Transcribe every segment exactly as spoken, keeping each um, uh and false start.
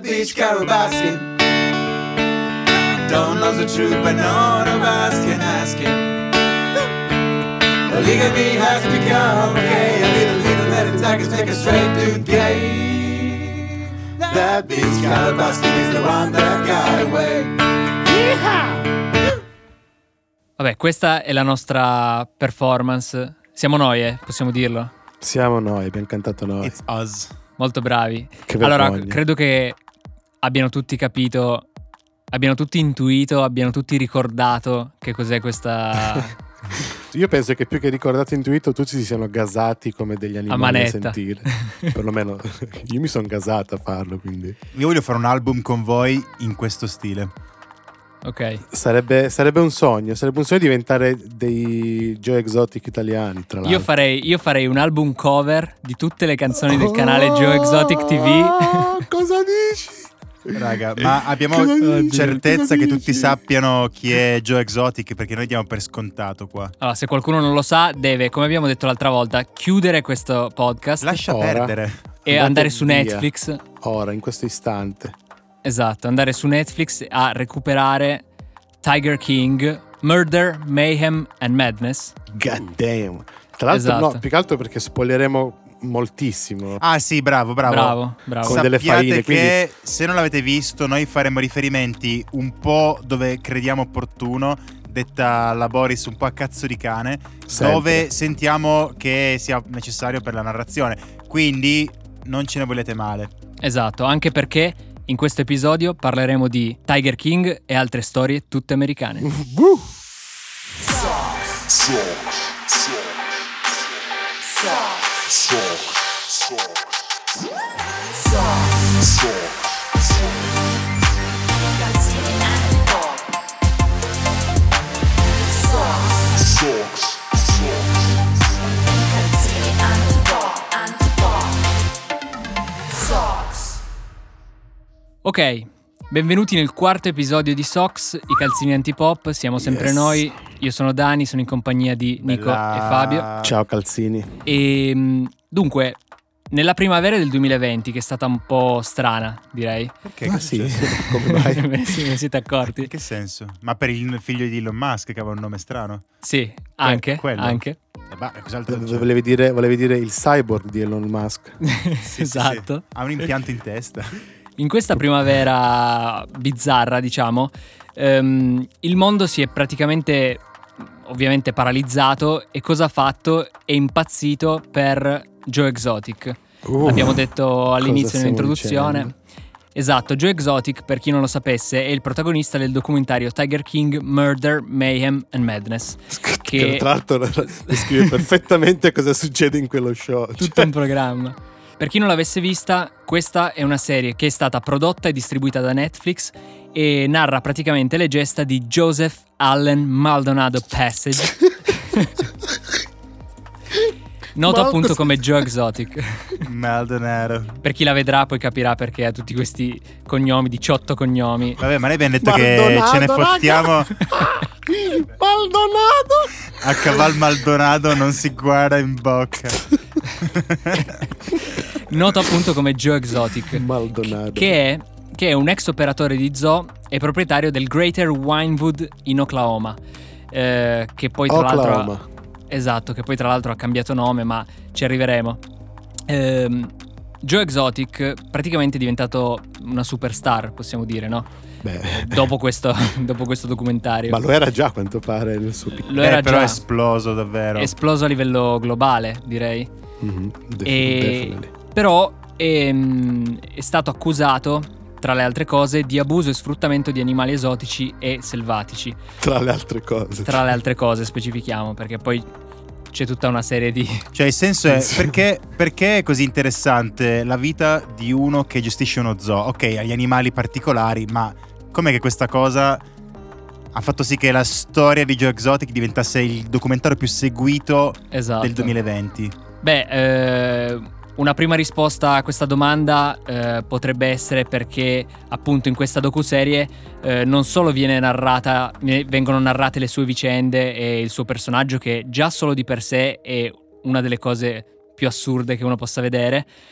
that beach carol basking. Don't know the truth, but none of us can ask him. Polygamy has become gay. A little, little, let it take us, take us straight to gay. That bitch Carol Baskin is the one that got away. Yeehaw! Vabbè, questa è la nostra performance. Siamo noi, eh, possiamo dirlo. Siamo noi, abbiamo cantato noi. It's us. Molto bravi. Che allora, vergogna. credo che abbiano tutti capito, abbiano tutti intuito, abbiano tutti ricordato che cos'è questa... Io penso che più che ricordato intuito tutti si siano gasati come degli animali a, a sentire. Perlomeno io mi sono gasato a farlo, quindi. Io voglio fare un album con voi in questo stile. Ok. Sarebbe, sarebbe un sogno, sarebbe un sogno diventare dei Joe Exotic italiani, tra l'altro. Io farei, io farei un album cover di tutte le canzoni del canale Joe Exotic T V. Oh, cosa dici? Raga, ma abbiamo Cosa certezza dici? che tutti sappiano chi è Joe Exotic, perché noi diamo per scontato qua. Allora, se qualcuno non lo sa, deve, come abbiamo detto l'altra volta, chiudere questo podcast Lascia Ora. perdere. e Andate andare su via. Netflix. Ora, in questo istante. Esatto, andare su Netflix a recuperare Tiger King, Murder, Mayhem and Madness. God damn. Tra l'altro, Esatto. no, più che altro perché spoileremo moltissimo. Ah sì, bravo, bravo. Bravo, bravo. Con delle Sappiate faine, che se non l'avete visto noi faremo riferimenti un po' dove crediamo opportuno, detta la Boris un po' a cazzo di cane, Sempre. dove sentiamo che sia necessario per la narrazione. Quindi non ce ne volete male. Esatto, anche perché in questo episodio parleremo di Tiger King e altre storie tutte americane. Woo! Ok, benvenuti nel quarto episodio di Sox, i calzini antipop. Siamo sempre Yes. noi. Io sono Dani, sono in compagnia di Nico Bella- e Fabio. Ciao calzini. E mh, dunque, nella primavera del duemilaventi, che è stata un po' strana, direi. Perché? Ah Cosa sì, succede? come mai? Beh, sì, ne siete accorti? In che senso? Ma per il figlio di Elon Musk che aveva un nome strano? Sì, anche, quello? anche. Eh, bah, cos'altro c'è? Volevi dire, volevi dire il cyborg di Elon Musk. Sì, sì, Esatto. sì. Ha un impianto in testa. In questa primavera bizzarra, diciamo, ehm, il mondo si è praticamente, ovviamente, paralizzato. E cosa ha fatto? È impazzito per Joe Exotic. Uh, Abbiamo detto all'inizio stiamo nell'introduzione. dicendo? Esatto, Joe Exotic, per chi non lo sapesse, è il protagonista del documentario Tiger King, Murder, Mayhem and Madness. Che tra l'altro descrive perfettamente cosa succede in quello show. Tutto Cioè, un programma. Per chi non l'avesse vista, questa è una serie che è stata prodotta e distribuita da Netflix e narra praticamente le gesta di Joseph Allen Maldonado Passage, noto Maldo- appunto come Joe Exotic. Maldonado. Per chi la vedrà poi capirà perché ha tutti questi cognomi, diciotto cognomi. Vabbè, ma noi abbiamo detto che Maldonado, ce ne raga. fottiamo. Maldonado! A caval Maldonado non si guarda in bocca. Noto appunto come Joe Exotic, Maldonado. che è, che è un ex operatore di zoo e proprietario del Greater Winewood in Oklahoma, eh, che poi tra Oklahoma. l'altro esatto, che poi tra l'altro ha cambiato nome, ma ci arriveremo. Ehm, Joe Exotic praticamente è diventato una superstar, possiamo dire, no? Beh, Dopo questo, dopo questo documentario. ma lo era già a quanto pare nel suo piccolo. Lo era eh, però già è esploso davvero. esploso a livello globale, direi. Mhm, def- E definitely. però ehm, è stato accusato, tra le altre cose, di abuso e sfruttamento di animali esotici e selvatici. Tra le altre cose. Tra le altre cose, specifichiamo, perché poi c'è tutta una serie di... Cioè il senso è perché, perché è così interessante la vita di uno che gestisce uno zoo. Ok, ha gli animali particolari, ma com'è che questa cosa ha fatto sì che la storia di Joe Exotic diventasse il documentario più seguito Esatto. del duemilaventi? Beh, eh, una prima risposta a questa domanda eh, potrebbe essere perché appunto in questa docuserie eh, non solo viene narrata, vengono narrate le sue vicende e il suo personaggio, che già solo di per sé è una delle cose più assurde che uno possa vedere,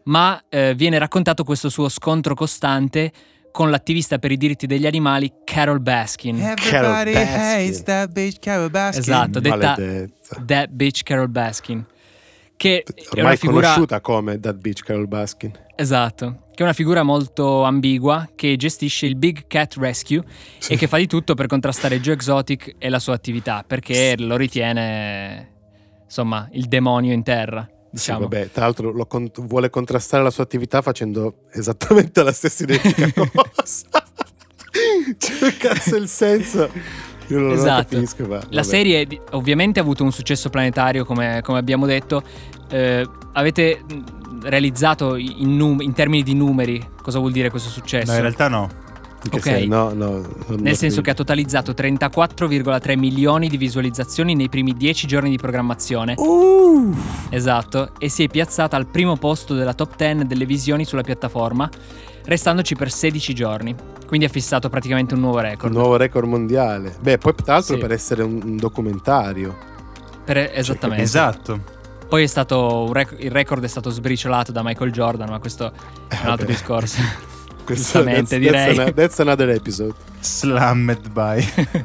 ma eh, viene raccontato questo suo scontro costante con l'attivista per i diritti degli animali Carole Baskin. Everybody hates that bitch Carole Baskin. Esatto, detta Maledetta. That Bitch Carole Baskin, che ormai è una figura conosciuta come That Bitch Carole Baskin. Esatto, che è una figura molto ambigua che gestisce il Big Cat Rescue sì. e che fa di tutto per contrastare Joe Exotic e la sua attività, perché sì. lo ritiene, insomma, il demonio in terra. Diciamo. Sì, vabbè, tra l'altro lo con- vuole contrastare la sua attività facendo esattamente la stessa identica cosa. Cioè, cazzo il senso. Io non esatto. lo capisco, ma la serie ovviamente ha avuto un successo planetario, come, come abbiamo detto. Eh, avete realizzato in, num- in termini di numeri cosa vuol dire questo successo? No, in realtà no. Ok, sei? No, no, nel senso che ha totalizzato trentaquattro virgola tre milioni di visualizzazioni nei primi dieci giorni di programmazione. Uh. Esatto, e si è piazzata al primo posto della top dieci delle visioni sulla piattaforma, restandoci per sedici giorni. Quindi ha fissato praticamente un nuovo record. Un nuovo record mondiale. Beh, poi tra l'altro sì. per essere un, un documentario. Per, esattamente. Cioè, esatto. Poi è stato un rec- il record è stato sbriciolato da Michael Jordan, ma questo è un altro Beh. discorso. Questo, Giustamente, that's, direi. That's, an, that's another episode. Slammed by.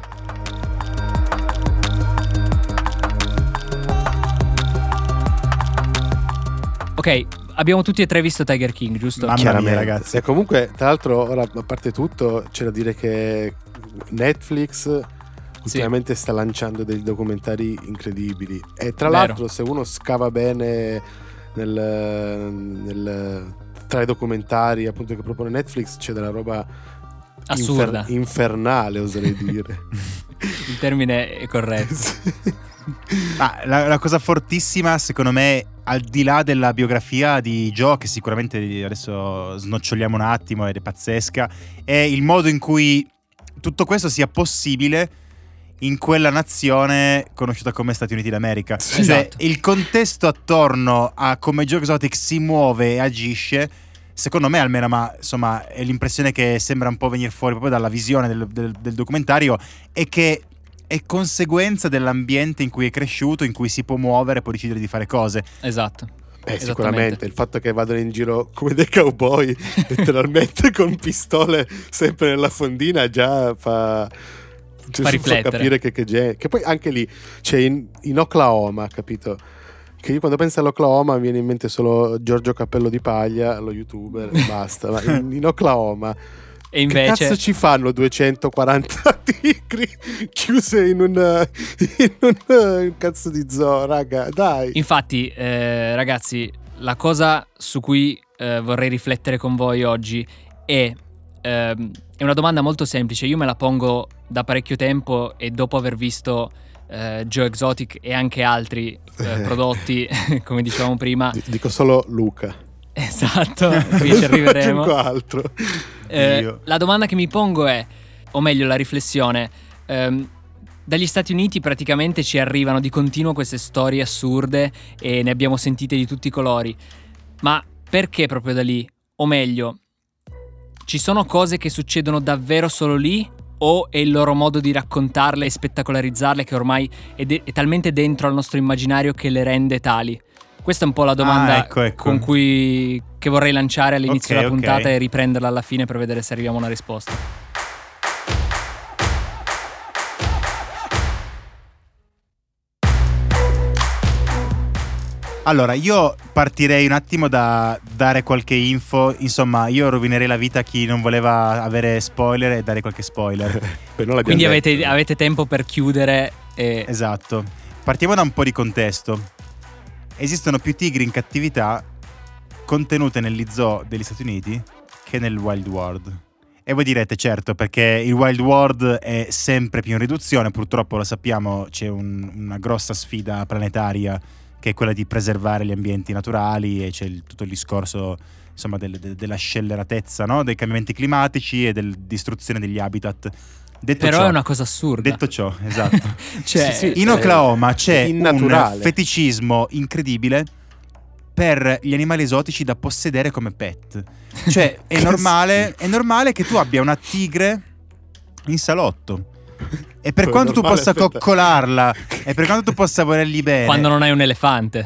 Ok, abbiamo tutti e tre visto Tiger King, giusto? Mamma mia, ragazzi. E comunque, tra l'altro, ora a parte tutto, c'è da dire che Netflix ultimamente sì. sta lanciando dei documentari incredibili. E tra Vero. l'altro, se uno scava bene nel, nel tra i documentari appunto che propone Netflix, c'è della roba assurda, infer- infernale, oserei dire. Il termine è corretto. Sì. Ah, la, la cosa fortissima, secondo me, al di là della biografia di Joe, che sicuramente adesso snoccioliamo un attimo ed è pazzesca, è il modo in cui tutto questo sia possibile in quella nazione conosciuta come Stati Uniti d'America. Sì, cioè, esatto. Il contesto attorno a come Joe Exotic si muove e agisce, secondo me almeno, ma insomma è l'impressione che sembra un po' venire fuori proprio dalla visione del, del, del documentario, è che è conseguenza dell'ambiente in cui è cresciuto, in cui si può muovere e può decidere di fare cose. Esatto. Eh, sicuramente il fatto che vadano in giro come dei cowboy letteralmente con pistole sempre nella fondina già fa, cioè, fa fa riflettere, capire che, che, che, che poi anche lì c'è in, in Oklahoma, capito? Che io quando penso all'Oklahoma mi viene in mente solo Giorgio Cappello di Paglia, lo youtuber, e basta. Ma in, in Oklahoma e invece che cazzo ci fanno duecentoquaranta tigri chiuse in un, in un, un cazzo di zoo, raga, dai. Infatti, eh, ragazzi, la cosa su cui eh, vorrei riflettere con voi oggi è, ehm, è una domanda molto semplice. Io me la pongo da parecchio tempo e dopo aver visto eh, Joe Exotic e anche altri eh, prodotti, come dicevamo prima. D- dico solo Luca. Esatto, qui ci arriveremo. altro. Eh, la domanda che mi pongo è, o meglio la riflessione, ehm, dagli Stati Uniti praticamente ci arrivano di continuo queste storie assurde e ne abbiamo sentite di tutti i colori, ma perché proprio da lì? O meglio, ci sono cose che succedono davvero solo lì o è il loro modo di raccontarle e spettacolarizzarle che ormai è, de- è talmente dentro al nostro immaginario che le rende tali? Questa è un po' la domanda ah, ecco, ecco. con cui che vorrei lanciare all'inizio okay, della puntata okay. e riprenderla alla fine per vedere se arriviamo a una risposta. Allora, io partirei un attimo da dare qualche info. Insomma, io rovinerei la vita a chi non voleva avere spoiler e dare qualche spoiler. Quindi avete, avete tempo per chiudere e... Esatto. Partiamo da un po' di contesto. Esistono più tigri in cattività contenute negli zoo degli Stati Uniti che nel Wild World. E voi direte, certo, perché il Wild World è sempre più in riduzione. Purtroppo lo sappiamo, c'è un, una grossa sfida planetaria che è quella di preservare gli ambienti naturali e c'è il, tutto il discorso, insomma, del, de, della scelleratezza, no? Dei cambiamenti climatici e della distruzione degli habitat. Detto Però ciò, è una cosa assurda. Detto ciò, esatto. Cioè, sì, sì, in Oklahoma c'è innaturale. un feticismo incredibile per gli animali esotici da possedere come pet. Cioè è normale, è normale che tu abbia una tigre in salotto. E per quanto tu possa aspetta. coccolarla e per quanto tu possa volergli bene, quando non hai un elefante.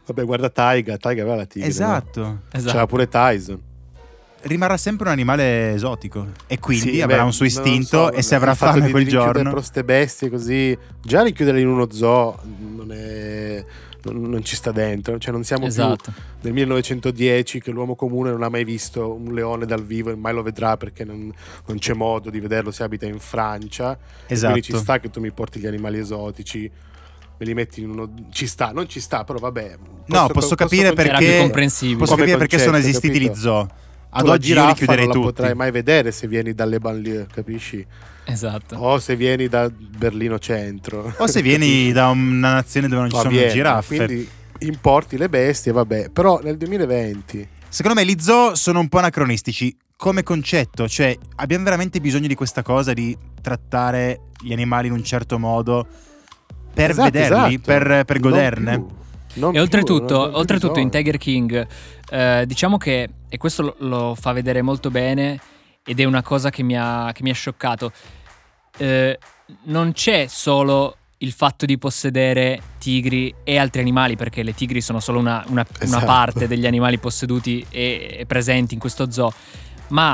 Vabbè, guarda Taiga, Taiga aveva la tigre. Esatto. No? Esatto. C'era pure Tyson. Rimarrà sempre un animale esotico e quindi Sì, avrà beh, un suo non istinto so, e se avrà il fatto fame di quel rinchiudere giorno. però ste bestie così, già rinchiuderle in uno zoo non è non, non ci sta dentro, cioè non siamo Esatto. più nel millenovecentodieci che l'uomo comune non ha mai visto un leone dal vivo e mai lo vedrà perché non, non c'è modo di vederlo se abita in Francia. Esatto. Quindi ci sta che tu mi porti gli animali esotici, me li metti in uno, ci sta, non ci sta, però vabbè. No, posso capire concedere- Era più perché comprensibile. posso Come capire perché sono concetto, esistiti capito? gli zoo. Ad Tu la oggi io li giraffa chiuderei non la tutti. potrai mai vedere se vieni dalle banlieue, capisci? Esatto. O se vieni da Berlino centro. O se vieni da una nazione dove non ci No, sono vieni, giraffe. quindi importi le bestie, vabbè. Però nel duemilaventi Secondo me gli zoo sono un po' anacronistici come concetto, cioè abbiamo veramente bisogno di questa cosa di trattare gli animali in un certo modo per Esatto, vederli, esatto. per, per Non golderne. più, non E più, oltretutto, non- non più oltretutto in bisogno. Tiger King, eh, diciamo che, e questo lo, lo fa vedere molto bene, ed è una cosa che mi ha, che mi ha scioccato, eh, non c'è solo il fatto di possedere tigri e altri animali, perché le tigri sono solo una, una- una Esatto. parte degli animali posseduti e, e presenti in questo zoo, ma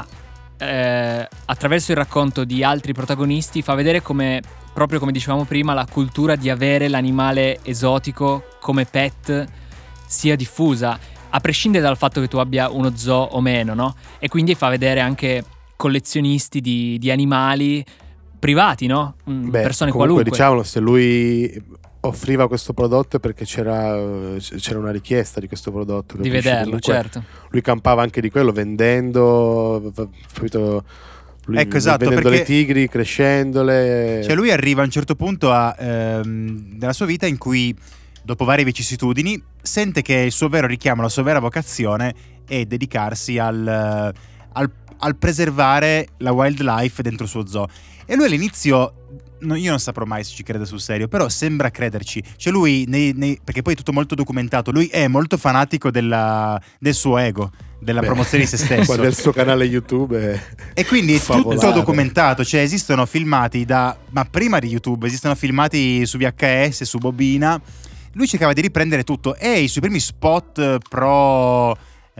eh, attraverso il racconto di altri protagonisti fa vedere come, proprio come dicevamo prima, la cultura di avere l'animale esotico come pet sia diffusa, a prescindere dal fatto che tu abbia uno zoo o meno, no? E quindi fa vedere anche collezionisti di, di animali privati, no? Mm, Beh, persone comunque, qualunque. diciamolo, se lui offriva questo prodotto è perché c'era, c'era una richiesta di questo prodotto, di capisci? vederlo, Comunque, certo. lui campava anche di quello vendendo, capito? Lui Ecco, esatto, vendendo perché- le tigri, crescendole. Cioè lui arriva a un certo punto a, ehm, della sua vita in cui, dopo varie vicissitudini, sente che il suo vero richiamo, la sua vera vocazione è dedicarsi al, al, al preservare la wildlife dentro il suo zoo. E lui all'inizio, no, io non saprò mai se ci crede sul serio, però sembra crederci. Cioè lui, nei, nei- perché poi è tutto molto documentato, lui è molto fanatico della- del suo ego, della Beh, promozione di se stesso. Quello del suo canale YouTube è E quindi è tutto favolare. documentato, cioè esistono filmati da, ma prima di YouTube, esistono filmati su V H S, su bobina. Lui cercava di riprendere tutto e i suoi primi spot pro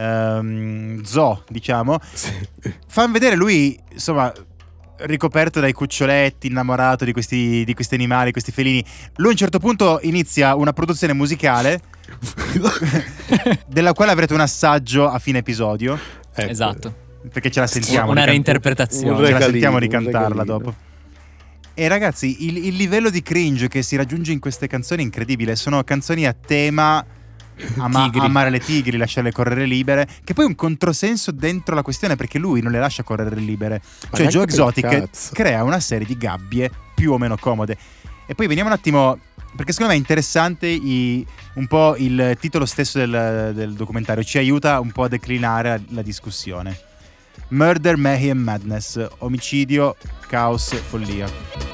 ehm, zoo, diciamo, Sì. fanno vedere lui, insomma, ricoperto dai cuccioletti, innamorato di questi, di questi animali, questi felini. Lui a un certo punto inizia una produzione musicale della quale avrete un assaggio a fine episodio, Ecco. Esatto. perché ce la sentiamo. Una di can- reinterpretazione. un ce la regalino, sentiamo di un cantarla regalino. dopo. E ragazzi, il, il livello di cringe che si raggiunge in queste canzoni è incredibile. Sono canzoni a tema ama- Tigri. amare le tigri, lasciarle correre libere, che poi è un controsenso dentro la questione perché lui non le lascia correre libere. Ma Cioè neanche Joe per Exotic cazzo. crea una serie di gabbie più o meno comode. E poi veniamo un attimo, perché secondo me è interessante i- un po' il titolo stesso del, del documentario, ci aiuta un po' a declinare la, la discussione. Murder, Mayhem, Madness, omicidio, caos, follia.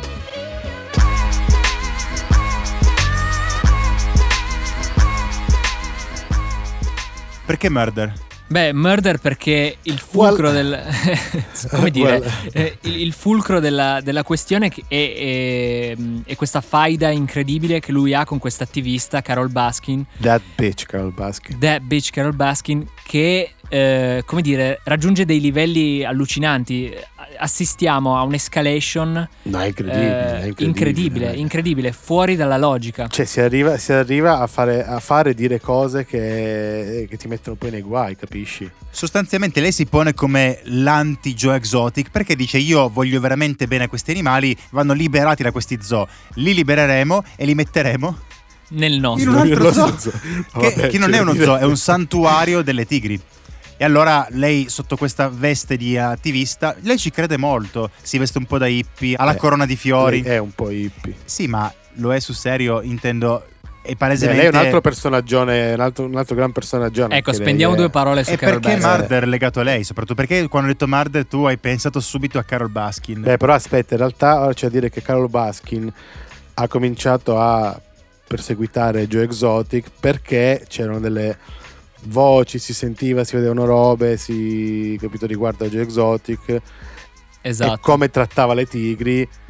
Perché murder? Beh, murder perché il fulcro Well- del come dire, Well- eh, il, il fulcro della, della questione che è, è, è questa faida incredibile che lui ha con questa attivista Carol Baskin, That bitch, Carol Baskin. That Bitch Carol Baskin, che eh, come dire, raggiunge dei livelli allucinanti. Assistiamo a un'escalation No, è incredibile, eh, è incredibile. incredibile, dai. incredibile, fuori dalla logica. Cioè si arriva, si arriva a fare a fare e dire cose che, che ti mettono poi nei guai, capisci? Sostanzialmente lei si pone come l'anti-Joe Exotic perché dice io voglio veramente bene a questi animali, vanno liberati da questi zoo, li libereremo e li metteremo Nel nostro. in un altro Lo zoo, so. che, Vabbè, che non cioè, è uno dire- zoo, è un santuario delle tigri. E allora lei, sotto questa veste di attivista, lei ci crede molto, si veste un po' da hippie, ha la Eh, corona di fiori. Lei è un po' hippie. Sì, ma lo è sul serio, intendo, è Beh, palesemente... lei è un altro personaggione, un altro, un altro gran personaggio. Ecco, spendiamo due parole su E Carol perché Baskin. Murder legato a lei? Soprattutto perché quando ho detto Murder tu hai pensato subito a Carol Baskin. Beh, però aspetta, in realtà ora c'è da dire che Carol Baskin ha cominciato a perseguitare Joe Exotic perché c'erano delle voci, si sentiva, si vedevano robe, si capito riguardo a Joe Exotic Esatto. e come trattava le tigri,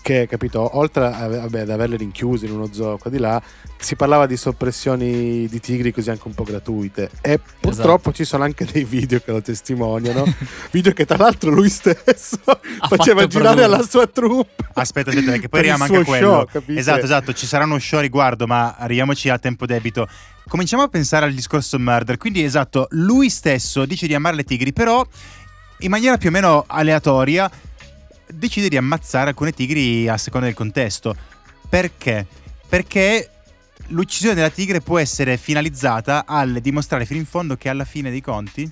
che, capito, oltre a, vabbè, ad averle rinchiuse in uno zoo qua di là, si parlava di soppressioni di tigri così anche un po' gratuite, e purtroppo esatto. ci sono anche dei video che lo testimoniano, video che tra l'altro lui stesso faceva girare produrre. alla sua troupe. Aspetta, aspetta, perché poi arriviamo anche a quello. Show, esatto, esatto, ci sarà uno show a riguardo, ma arriviamoci a tempo debito. Cominciamo a pensare al discorso murder. Quindi esatto, lui stesso dice di amare le tigri, però in maniera più o meno aleatoria decide di ammazzare alcune tigri a seconda del contesto. Perché? Perché l'uccisione della tigre può essere finalizzata al dimostrare fino in fondo che alla fine dei conti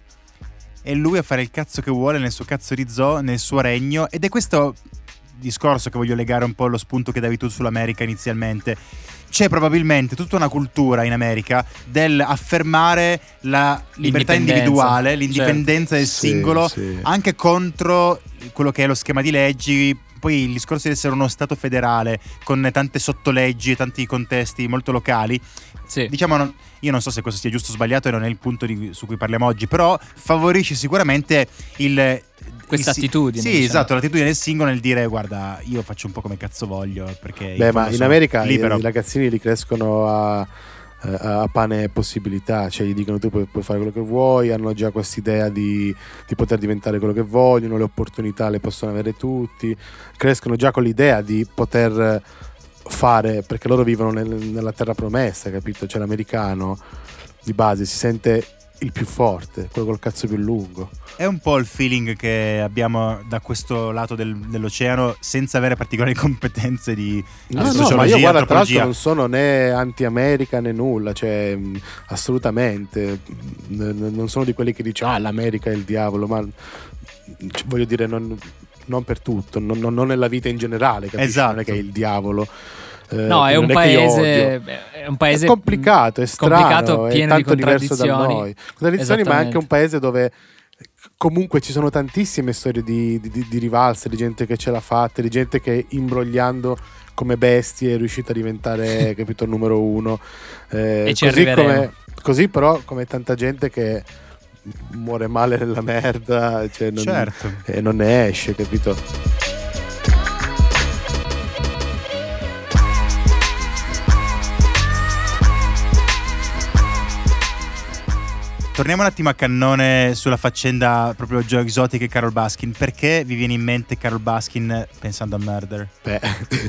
è lui a fare il cazzo che vuole nel suo cazzo di zoo, nel suo regno. Ed è questo discorso che voglio legare un po' allo spunto che davi tu sull'America inizialmente. C'è probabilmente tutta una cultura in America del affermare la libertà individuale, l'indipendenza certo. del singolo, sì, sì. anche contro quello che è lo schema di leggi. Poi il discorso di essere uno stato federale con tante sottoleggi e tanti contesti molto locali, sì. diciamo, non, io non so se questo sia giusto o sbagliato e non è il punto di, su cui parliamo oggi, però favorisce sicuramente il questa il, attitudine. Sì, diciamo. esatto, l'attitudine del singolo nel dire guarda, io faccio un po' come cazzo voglio, perché beh, ma in America i, i ragazzini li crescono a a pane e possibilità, cioè gli dicono tu puoi, puoi fare quello che vuoi, hanno già quest'idea di, di poter diventare quello che vogliono, le opportunità le possono avere tutti, crescono già con l'idea di poter fare, perché loro vivono nel, nella terra promessa, capito? Cioè l'americano di base si sente il più forte, quello col cazzo più lungo. È un po' il feeling che abbiamo da questo lato del, dell'oceano, senza avere particolari competenze di no, sociologia, no, ma io guarda, tra antropologia. l'altro non sono né anti-America né nulla, cioè assolutamente non sono di quelli che dicono ah l'America è il diavolo, ma voglio dire non, non per tutto, non, non nella vita in generale, capisci? Esatto. Non è che è il diavolo. Eh, no, è un, paese, è un paese è complicato, è strano, complicato, pieno è di tanto diverso da contraddizioni. noi. Contraddizioni, ma è anche un paese dove comunque ci sono tantissime storie di, di, di rivalse, di gente che ce l'ha fatta, di gente che imbrogliando come bestie è riuscita a diventare capito il numero uno. Eh, e ci così, arriveremo. come, così però come tanta gente che muore male nella merda, cioè non, certo. e non ne esce, capito? Torniamo un attimo a cannone sulla faccenda proprio Joe Exotic e Carole Baskin. Perché vi viene in mente Carole Baskin pensando a Murder? Beh,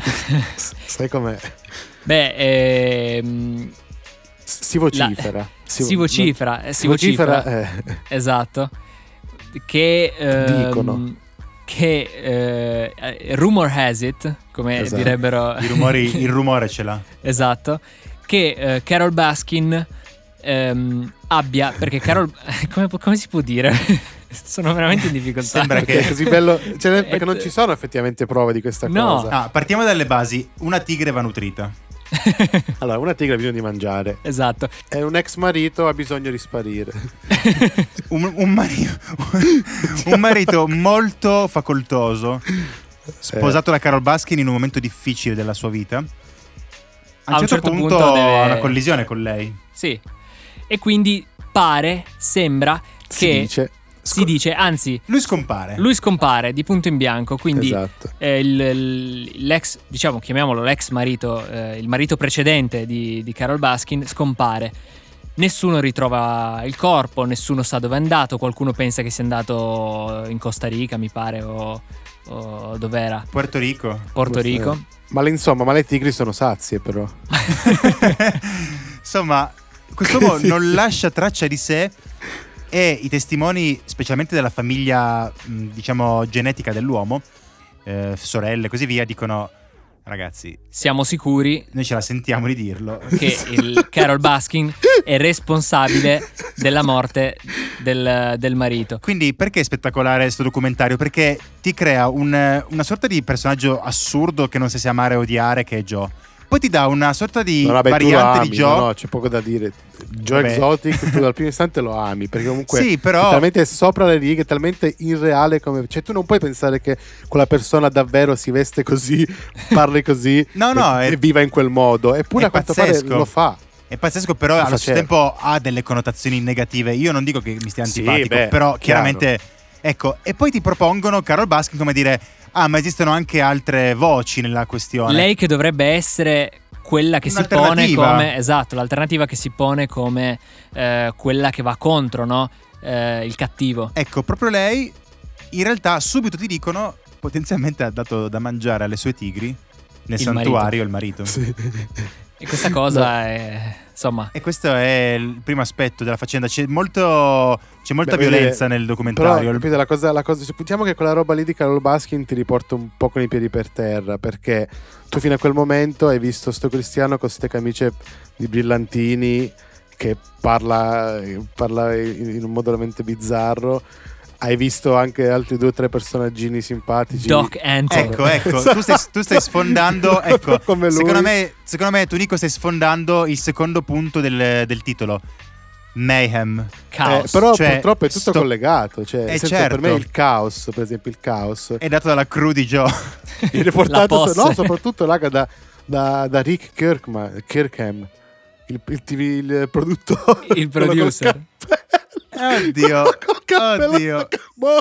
sai com'è? Beh, ehm, si vocifera. La, si, si vocifera. No, si vocifera. Eh. Esatto. Che ehm, dicono. Che eh, rumor has it, come esatto. direbbero. I rumori, il rumore ce l'ha. Esatto. Che eh, Carole Baskin ehm, abbia, perché Carole come, come si può dire? Sono veramente in difficoltà. Sembra che è così bello, cioè, perché non ci sono effettivamente prove di questa no. cosa. Ah, partiamo dalle basi. Una tigre va nutrita. Allora, una tigre ha bisogno di mangiare. Esatto. E un ex marito ha bisogno di sparire. un, un, marito, un marito molto facoltoso, sposato da Carole Baskin in un momento difficile della sua vita. A un, a un certo, certo punto, punto deve... ha una collisione con lei. Sì. E quindi pare, sembra si che dice. si dice, anzi, lui scompare. Lui scompare di punto in bianco. Quindi esatto. eh, il, il, l'ex, diciamo, chiamiamolo l'ex marito, eh, il marito precedente di, di Carole Baskin scompare. Nessuno ritrova il corpo, nessuno sa dove è andato. Qualcuno pensa che sia andato in Costa Rica, mi pare, o, o dov'era? Puerto Rico. Porto Rico. Eh, ma le, insomma, ma le tigri sono sazie, però. Insomma, quest'uomo non lascia traccia di sé. E i testimoni, specialmente della famiglia, diciamo, genetica dell'uomo, eh, sorelle e così via, dicono: ragazzi, siamo sicuri, noi ce la sentiamo di dirlo, che il Carole Baskin è responsabile della morte del, del marito. Quindi perché è spettacolare questo documentario? Perché ti crea un, una sorta di personaggio assurdo che non sai se amare o odiare, che è Joe. Poi ti dà una sorta di no, vabbè, variante ami, di Joe. No, no, c'è poco da dire. Joe vabbè. Exotic, tu dal primo istante lo ami, perché comunque sì, però... è talmente sopra le righe, talmente irreale come... Cioè tu non puoi pensare che quella persona davvero si veste così, parli così no, no, e, è... e viva in quel modo. Eppure è a quanto pazzesco. pare lo fa. È pazzesco, però lo allo stesso tempo ha delle connotazioni negative. Io non dico che mi stia antipatico, sì, beh, però chiaro. chiaramente... Ecco, e poi ti propongono Carole Baskin come dire: Ah, ma esistono anche altre voci nella questione. Lei che dovrebbe essere quella che si pone come esatto, l'alternativa che si pone come eh, quella che va contro, no? Eh, il cattivo. Ecco, proprio lei in realtà subito ti dicono potenzialmente ha dato da mangiare alle sue tigri nel Il santuario il marito. Sì. E questa cosa No. è insomma. E questo è il primo aspetto della faccenda. C'è molto c'è molta Beh, violenza vedere, nel documentario. Però, capite, la cosa, la cosa, supponiamo che quella roba lì di Carol Baskin ti riporta un po' con i piedi per terra, perché tu fino a quel momento hai visto sto cristiano con ste camicie di brillantini che parla, parla in, in un modo veramente bizzarro. Hai visto anche altri due o tre personaggini simpatici. Doc Antle. Ecco, ecco, tu stai, tu stai sfondando. Ecco, Come lui. secondo me, secondo me, tu, Nico, stai sfondando il secondo punto del, del titolo. Mayhem. Caos. Eh, però Cioè, purtroppo è tutto sto- collegato. Cioè, Eh, nel senso, certo. per me il caos, per esempio, il caos È dato dalla crew di Joe. viene La portato, posse. no, soprattutto raga, da, da, da Rick Kirkman, Kirkham, il, il, T V, il produttore, Il quello col producer. cappello. Oddio. Col cappello Oddio. da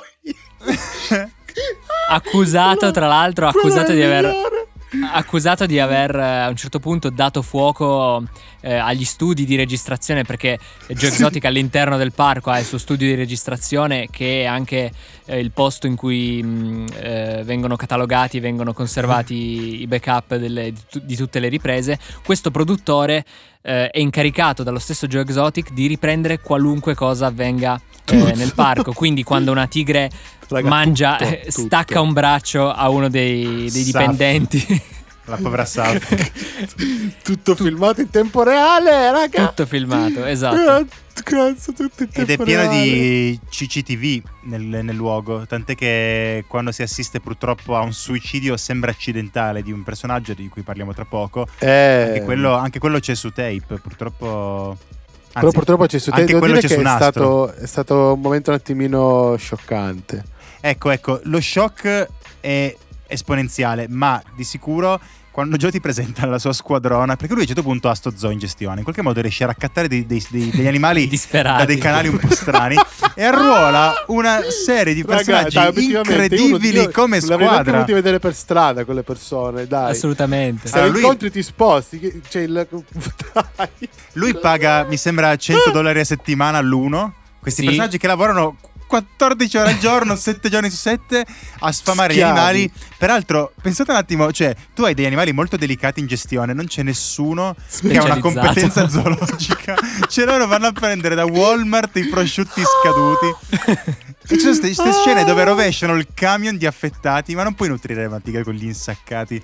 cowboy. Accusato, tra l'altro, Quello accusato è il di aver migliore. accusato di aver eh, a un certo punto dato fuoco eh, agli studi di registrazione, perché Joe Exotic all'interno del parco ha il suo studio di registrazione, che è anche eh, il posto in cui mh, eh, vengono catalogati, vengono conservati i backup delle- di, tu- di tutte le riprese. Questo produttore eh, è incaricato dallo stesso Joe Exotic di riprendere qualunque cosa avvenga eh, nel parco. Quindi quando una tigre Raga, mangia, tutto, eh, tutto. stacca un braccio a uno dei, dei Saf. dipendenti. La povera Saf. Tutto filmato in tempo reale, raga. Tutto filmato, esatto. Cazzo, cazzo, tutto in tempo Ed è pieno reale. di C C T V nel, nel luogo. Tant'è che quando si assiste purtroppo a un suicidio sembra accidentale di un personaggio di cui parliamo tra poco. Eh, Anche quello, anche quello c'è su tape, purtroppo. Anzi, però purtroppo c'è su anche devo quello dire c'è che su è nastro. stato, è stato un momento un attimino scioccante. Ecco, ecco, lo shock è esponenziale, ma di sicuro quando Joe ti presenta la sua squadrona, perché lui a un certo punto ha sto zoo in gestione, in qualche modo riesce a raccattare dei- dei- dei- degli animali Disperati. da dei canali un po' strani e arruola una serie di Raga, personaggi dai, obiettivamente, incredibili uno- come non l'avrei neanche squadra. voluti vedere per strada quelle persone, dai. Assolutamente. Se Allora, li lui- incontri ti sposti, che- c'è il dai. Lui paga, mi sembra, cento dollari a settimana l'uno. Questi Sì. personaggi che lavorano quattordici ore al giorno, sette giorni su sette a sfamare Schiavi. gli animali. Peraltro, pensate un attimo, cioè, tu hai degli animali molto delicati in gestione, non c'è nessuno che ha una Specializzato. competenza zoologica. Cioè, loro vanno a prendere da Walmart i prosciutti scaduti. E ci sono queste scene dove rovesciano il camion di affettati, ma non puoi nutrire una tigre con gli insaccati.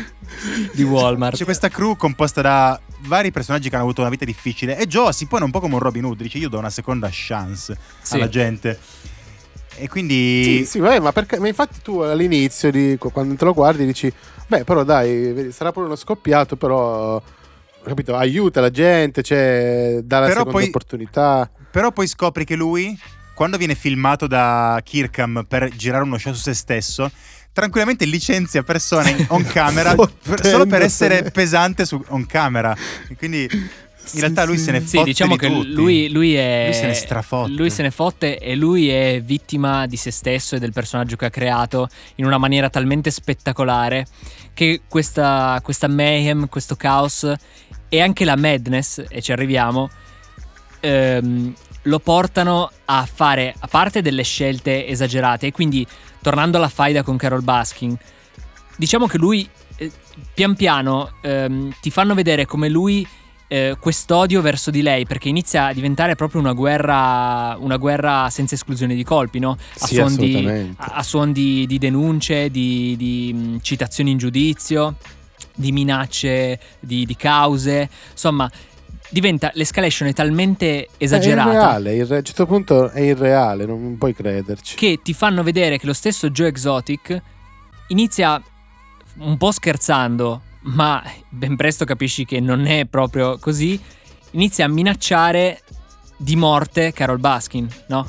Di Walmart. C'è questa crew composta da vari personaggi che hanno avuto una vita difficile e Joe si pone un po' come un Robin Hood, dice io do una seconda chance Sì. alla gente. E quindi Sì, sì, vabbè, ma perché? Ma infatti tu all'inizio di, quando te lo guardi dici, beh, però dai, vedi, sarà pure uno scoppiato, però capito, aiuta la gente, cioè dà la Però seconda poi- opportunità. però poi scopri che lui, quando viene filmato da Kirkham per girare uno show su se stesso, tranquillamente licenzia persone on camera per- solo per essere Fottendosene. pesante su on camera. E quindi in realtà lui se ne Sì, fotte diciamo di che tutti. lui, lui è. Lui se ne strafotte. Lui se ne fotte e lui è vittima di se stesso e del personaggio che ha creato in una maniera talmente spettacolare che questa, questa mayhem, questo caos e anche la madness, e ci arriviamo, ehm, lo portano a fare, a parte delle scelte esagerate, e quindi tornando alla faida con Carol Baskin, diciamo che lui eh, pian piano ehm, ti fanno vedere come lui eh, quest'odio verso di lei, perché inizia a diventare proprio una guerra, una guerra senza esclusione di colpi, no? A Sì, suon, di, assolutamente. a, a suon di, di denunce, di, di mh, citazioni in giudizio, di minacce, di, di cause, insomma. Diventa, l'escalation è talmente esagerata È irreale, irre- a un certo punto è irreale, non puoi crederci. che ti fanno vedere che lo stesso Joe Exotic inizia un po' scherzando, ma ben presto capisci che non è proprio così, inizia a minacciare di morte Carol Baskin, no?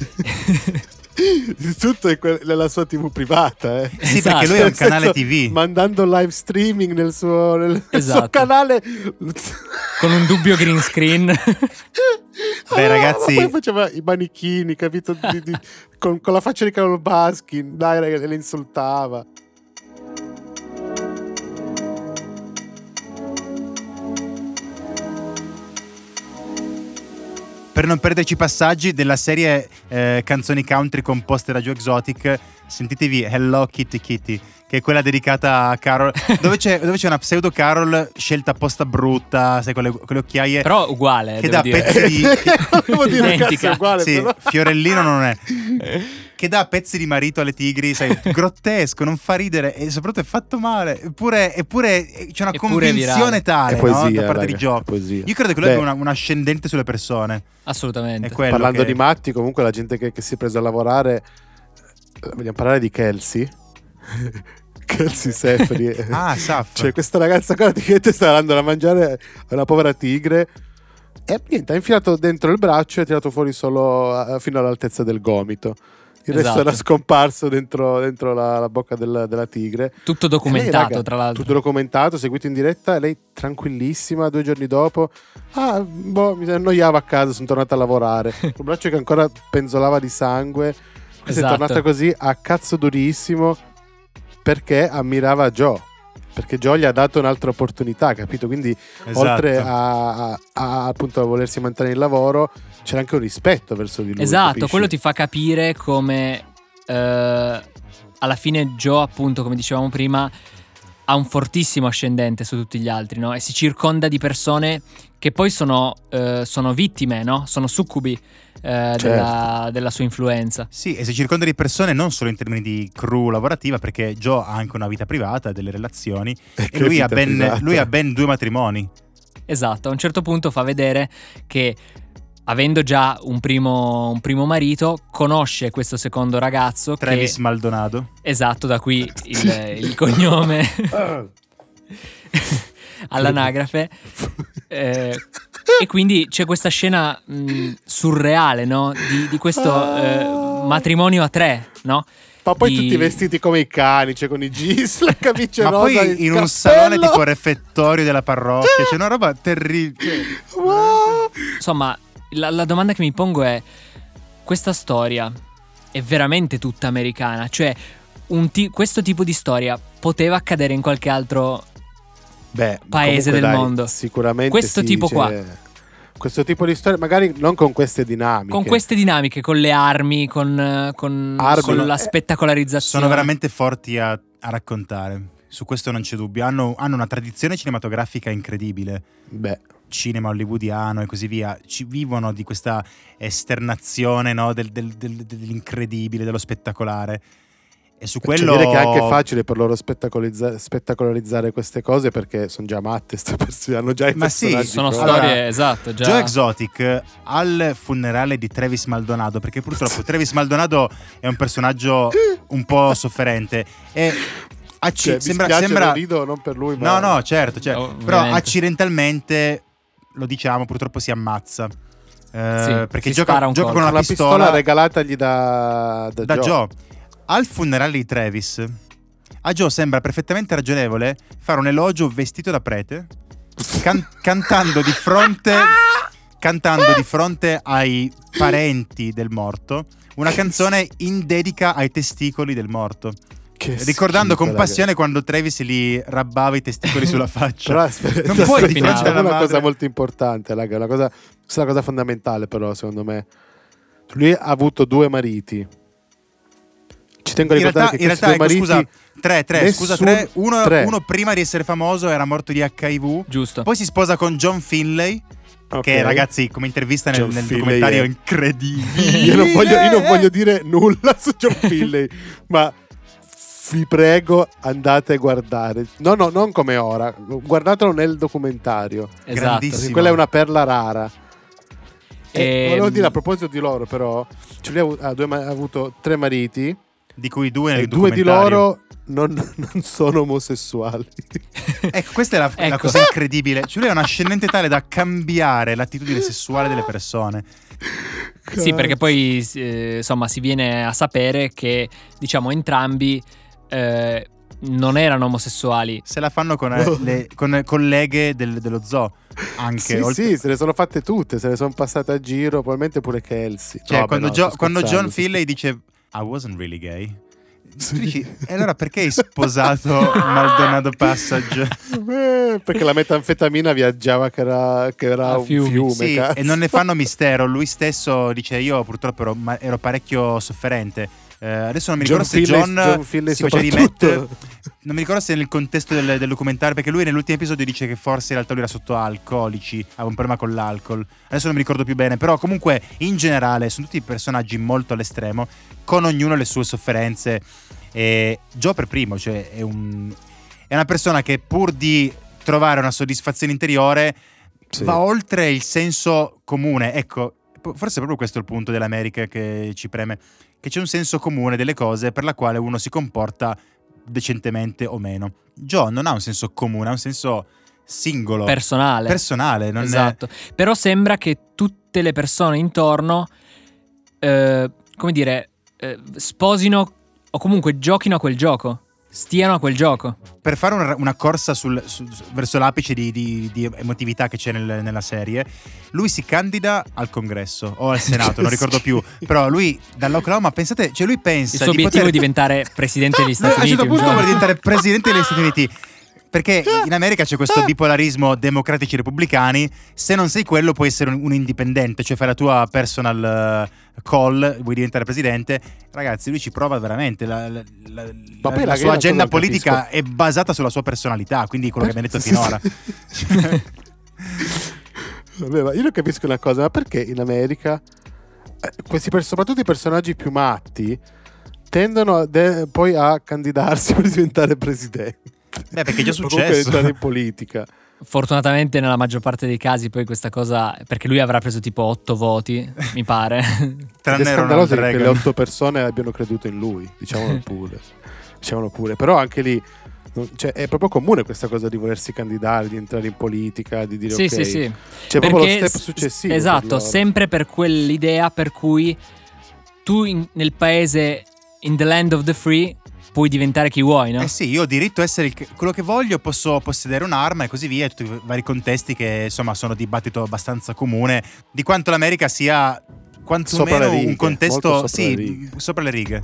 Tutto è que- nella sua tivù privata, eh. Sì, Esatto. perché lui è un Nel senso, canale tivù. mandando live streaming nel suo, nel Esatto. suo canale. Con un dubbio green screen. Beh, ragazzi, poi faceva i manichini, capito? Di, di, con, con la faccia di Carol Baskin, dai, ragazzi, le insultava. Per non perderci passaggi della serie eh, canzoni country composte da Joe Exotic, sentitevi Hello Kitty Kitty, che è quella dedicata a Carol, dove c'è, dove c'è una pseudo Carol scelta apposta brutta, sai, con le, con le occhiaie. Però uguale, che devo dà dire. pezzi di... Devo dire, Identica. cazzo, è uguale, Sì, però. Fiorellino non è. Che dà pezzi di marito alle tigri, sai, grottesco, non fa ridere e soprattutto è fatto male. Eppure, eppure c'è una Eppure convinzione virale. tale, È poesia, no? Da parte raga, di Joe. è poesia. Io credo che lui Beh, abbia una, un ascendente sulle persone. Assolutamente. È quello parlando che... di matti, comunque la gente che, che si è presa a lavorare, eh, vogliamo parlare di Kelsey? Kelsey Seffri. Ah, Saf. Cioè, questa ragazza qua praticamente sta andando a mangiare a una povera tigre e niente, ha infilato dentro il braccio e ha tirato fuori solo a- fino all'altezza del gomito. Il resto Esatto. era scomparso dentro, dentro la, la bocca del- della tigre. Tutto E lei, documentato, raga, tra l'altro. tutto documentato, seguito in diretta. E lei tranquillissima, due giorni dopo, ah, boh, mi annoiavo a casa, sono tornata a lavorare. Il braccio che ancora penzolava di sangue. Questa Esatto. è tornata così a cazzo durissimo perché ammirava Joe. Perché Joe gli ha dato un'altra opportunità, capito? Quindi Esatto. oltre a, a- a, appunto a volersi mantenere il lavoro, c'era anche un rispetto verso di lui. Esatto, capisci? quello ti fa capire come eh, alla fine Joe, appunto, come dicevamo prima, ha un fortissimo ascendente su tutti gli altri, no? E si circonda di persone che poi sono, eh, sono vittime, no? Sono succubi eh, Certo. della, della sua influenza. Sì, e si circonda di persone non solo in termini di crew lavorativa, perché Joe ha anche una vita privata, delle relazioni, e che lui ha, vita ben, privata. lui ha ben due matrimoni. Esatto, a un certo punto fa vedere che, avendo già un primo, un primo marito, conosce questo secondo ragazzo Travis che... Maldonado. Esatto, da qui il, il cognome all'anagrafe. Eh, e quindi c'è questa scena mh, surreale, no? Di, di questo eh, matrimonio a tre, no? Ma poi di- tutti vestiti come i cani, cioè con i jeans, la camicia Ma rosa, il poi in un cappello. salone tipo refettorio della parrocchia, c'è una roba terribile. Wow. Insomma, la, la domanda che mi pongo è: questa storia è veramente tutta americana? Cioè, un ti- questo tipo di storia poteva accadere in qualche altro Beh, paese comunque, del dai, mondo? Sicuramente Questo sì, tipo cioè, qua. Questo tipo di storia, magari non con queste dinamiche. Con queste dinamiche, con le armi, con, con, Armi, con no? la Eh, spettacolarizzazione. Sono veramente forti a, a raccontare. Su questo non c'è dubbio. Hanno, hanno una tradizione cinematografica incredibile. Beh, Cinema hollywoodiano e così via. Ci vivono di questa esternazione, no? del, del- del- dell'incredibile, dello spettacolare. E su quello. cioè, dire che è anche facile per loro spettacolizza- spettacolarizzare queste cose perché sono già matte, ste persone, hanno già i Ma sì, personaggi Sono pronti. storie, Allora, esatto, già. Joe Exotic al funerale di Travis Maldonado, perché purtroppo Travis Maldonado è un personaggio un po' sofferente e acci- Cioè, mi sembra, spiace, sembra... non rido non per lui, ma No, no, certo, certo. Oh, Però ovviamente. accidentalmente, lo diciamo, purtroppo si ammazza. Eh, Sì, perché si gioca, spara un gioca colpo. con una la pistola, pistola regalatagli da, da, da Joe. Joe. Al funerale di Travis, a Joe sembra perfettamente ragionevole fare un elogio vestito da prete, can- cantando di fronte cantando di fronte ai parenti del morto una canzone in dedica ai testicoli del morto, Che ricordando schifo, con raga. passione quando Travis gli rabbava i testicoli sulla faccia. Però aspetta, Non puoi aspetta, difendere diciamo la una madre. cosa molto importante, raga, una cosa, questa è una cosa fondamentale però secondo me. Lui ha avuto due mariti. Ci tengo a In ricordare realtà, in che realtà questi ecco, due mariti scusa, tre, tre, nessun- scusa, tre. Uno, tre. uno prima di essere famoso era morto di acca i vu. Giusto. Poi si sposa con John Finlay, Ok. che ragazzi, come intervista nel, John nel Finlay documentario è- incredibile. io, non voglio, io non voglio dire nulla su John Finlay, ma vi prego andate a guardare. No, no, non come ora. Guardatelo nel documentario. Esatto. grandissimo. Perché quella è una perla rara. E Ehm, volevo dire a proposito di loro, però, cioè lui ha, avu- ha due ma- ha avuto tre mariti Di cui due nel e due di documentario. loro non, non sono omosessuali. Ecco, questa è la, la Ecco. cosa incredibile. Cioè lui è un ascendente tale da cambiare l'attitudine sessuale delle persone. Sì, perché poi eh, insomma si viene a sapere che, diciamo, entrambi eh, non erano omosessuali. Se la fanno con, eh, le, con colleghe del, dello zoo. Anche sì, oltre... sì, se le sono fatte tutte, se le sono passate a giro, probabilmente pure Kelsey. Cioè, no, quando, beh, no, Gio- sto quando John scherzando, Finlay dice I wasn't really gay. Tu dici, e allora perché hai sposato Maldonado Passage? Eh, perché la metanfetamina viaggiava che era, che era A un fiumi. fiume. Sì, cazzo. e non ne fanno mistero. Lui stesso dice io purtroppo ero, ma- ero parecchio sofferente. Eh, adesso non mi ricordo John se Finlay- John, John Finlay si faceva soprattutto. rimettere. Non mi ricordo se nel contesto del, del documentario, perché lui nell'ultimo episodio dice che forse in realtà lui era sotto alcolici, aveva un problema con l'alcol. Adesso non mi ricordo più bene, però comunque in generale sono tutti personaggi molto all'estremo, con ognuno le sue sofferenze. E Joe per primo, cioè è, un, è una persona che pur di trovare una soddisfazione interiore Sì. va oltre il senso comune. Ecco, forse è proprio questo il punto dell'America che ci preme, che c'è un senso comune delle cose per la quale uno si comporta decentemente o meno. Joe non ha un senso comune, ha un senso singolo, Personale. personale, non Esatto. Però sembra che tutte le persone intorno, eh, come dire, eh, sposino o comunque giochino a quel gioco. Stiano a quel gioco. è per fare una, una corsa sul, su- verso l'apice di, di- di emotività che c'è nel- nella serie. Lui si candida al Congresso o al Senato, non ricordo più, però lui dall'Oklahoma, pensate, cioè lui pensa Il suo di obiettivo poter... è diventare presidente degli Lui Stati a un Uniti. certo un punto vuole giorno. diventare presidente degli Stati Uniti, perché in America c'è questo bipolarismo democratici repubblicani. Se non sei quello puoi essere un, un indipendente, cioè fai la tua personal uh, call, vuoi diventare presidente. Ragazzi, lui ci prova veramente. La, la, la, Ma poi la la sua cosa agenda non politica capisco. è basata sulla sua personalità, quindi quello che abbiamo detto finora. Vabbè, ma io non capisco una cosa, ma perché in America eh, questi per- soprattutto i personaggi più matti tendono a de- poi a candidarsi per diventare presidente? Beh, perché è già O comunque successo. entrare in politica. Fortunatamente nella maggior parte dei casi poi questa cosa, perché lui avrà preso tipo otto voti, mi pare. Ed Tranne è Ronald scandaloso che le Reagan. otto persone abbiano creduto in lui, diciamolo pure. Diciamolo pure, però anche lì non- cioè, è proprio comune questa cosa di volersi candidare, di entrare in politica, di dire Sì, ok. sì, sì. C'è proprio lo Perché step s- successivo. per Esatto, loro. sempre per quell'idea per cui tu in- nel paese in the land of the free puoi diventare chi vuoi, no? Eh sì, io ho diritto a essere il- quello che voglio, posso possedere un'arma e così via, tutti i vari contesti che insomma sono dibattito abbastanza comune di quanto l'America sia Sopra quantomeno le un righe, contesto molto sopra sì, le righe. sopra le righe.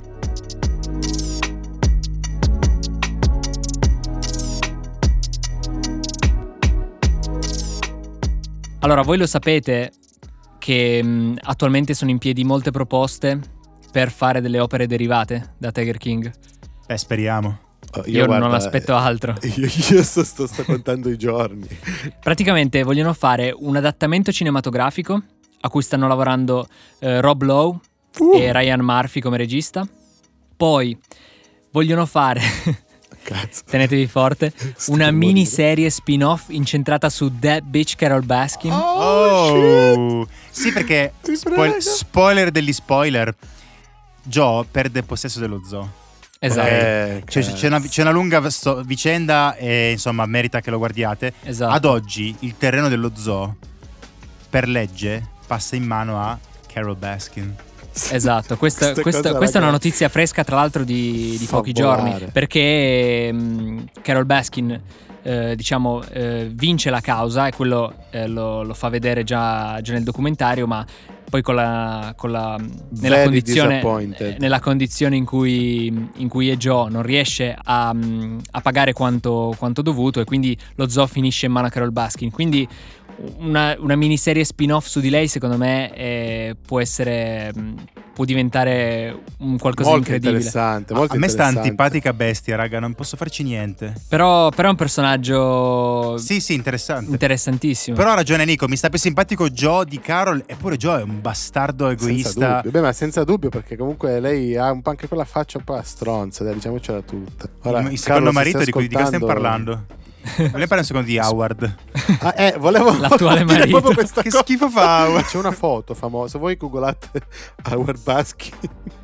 Allora, voi lo sapete che mh, attualmente sono in piedi molte proposte per fare delle opere derivate da Tiger King. Beh, speriamo. Oh, Io, non guarda, aspetto altro. Io, io sto, sto, sto contando i giorni. Praticamente vogliono fare un adattamento cinematografico a cui stanno lavorando eh, Rob Lowe Uh. e Ryan Murphy come regista. Poi vogliono fare, Cazzo. tenetevi forte, Sto una morendo. miniserie spin-off incentrata su That Bitch Carol Baskin. Oh, sì, perché Ti spoil- prego. spoiler degli spoiler. Joe perde possesso dello zoo. Esatto, Eh, Cioè, c'è, una, c'è una lunga sto- vicenda e insomma merita che lo guardiate. esatto. Ad oggi il terreno dello zoo per legge passa in mano a Carol Baskin. Esatto, questa, Queste questa- cose, questa è una ragazzi, notizia fresca tra l'altro di, di fa pochi volare. giorni, perché mh, Carol Baskin eh, diciamo eh, vince la causa e quello eh, lo, lo fa vedere già, già nel documentario, ma poi con la, con la nella Very condizione disappointed. eh, nella condizione in cui, in cui è Joe non riesce a, mh, a pagare quanto, quanto dovuto e quindi lo zoo finisce in mano a Carol Baskin. Quindi una, una miniserie spin-off su di lei secondo me eh, può essere mh, può diventare un qualcosa molto di incredibile. interessante. A, Molto a me sta interessante. antipatica bestia, raga, non posso farci niente. Però, però è un personaggio Sì, sì, interessante. interessantissimo. Però ha ragione Nico, mi sta più simpatico Joe di Carol, eppure Joe è un bastardo Senza egoista. dubbio. Beh, ma senza dubbio, perché comunque lei ha un po' anche quella faccia un po' a stronza, dai, diciamocela tutta. Ora, il, il secondo Carlo, se marito stai di cui di che stiamo ascoltando- parlando? Volevo parlare un secondo di Howard. Ah, eh, volevo L'attuale dire marito. proprio questa Che cosa. schifo fa Howard. C'è una foto famosa, voi googolate Howard Baskin,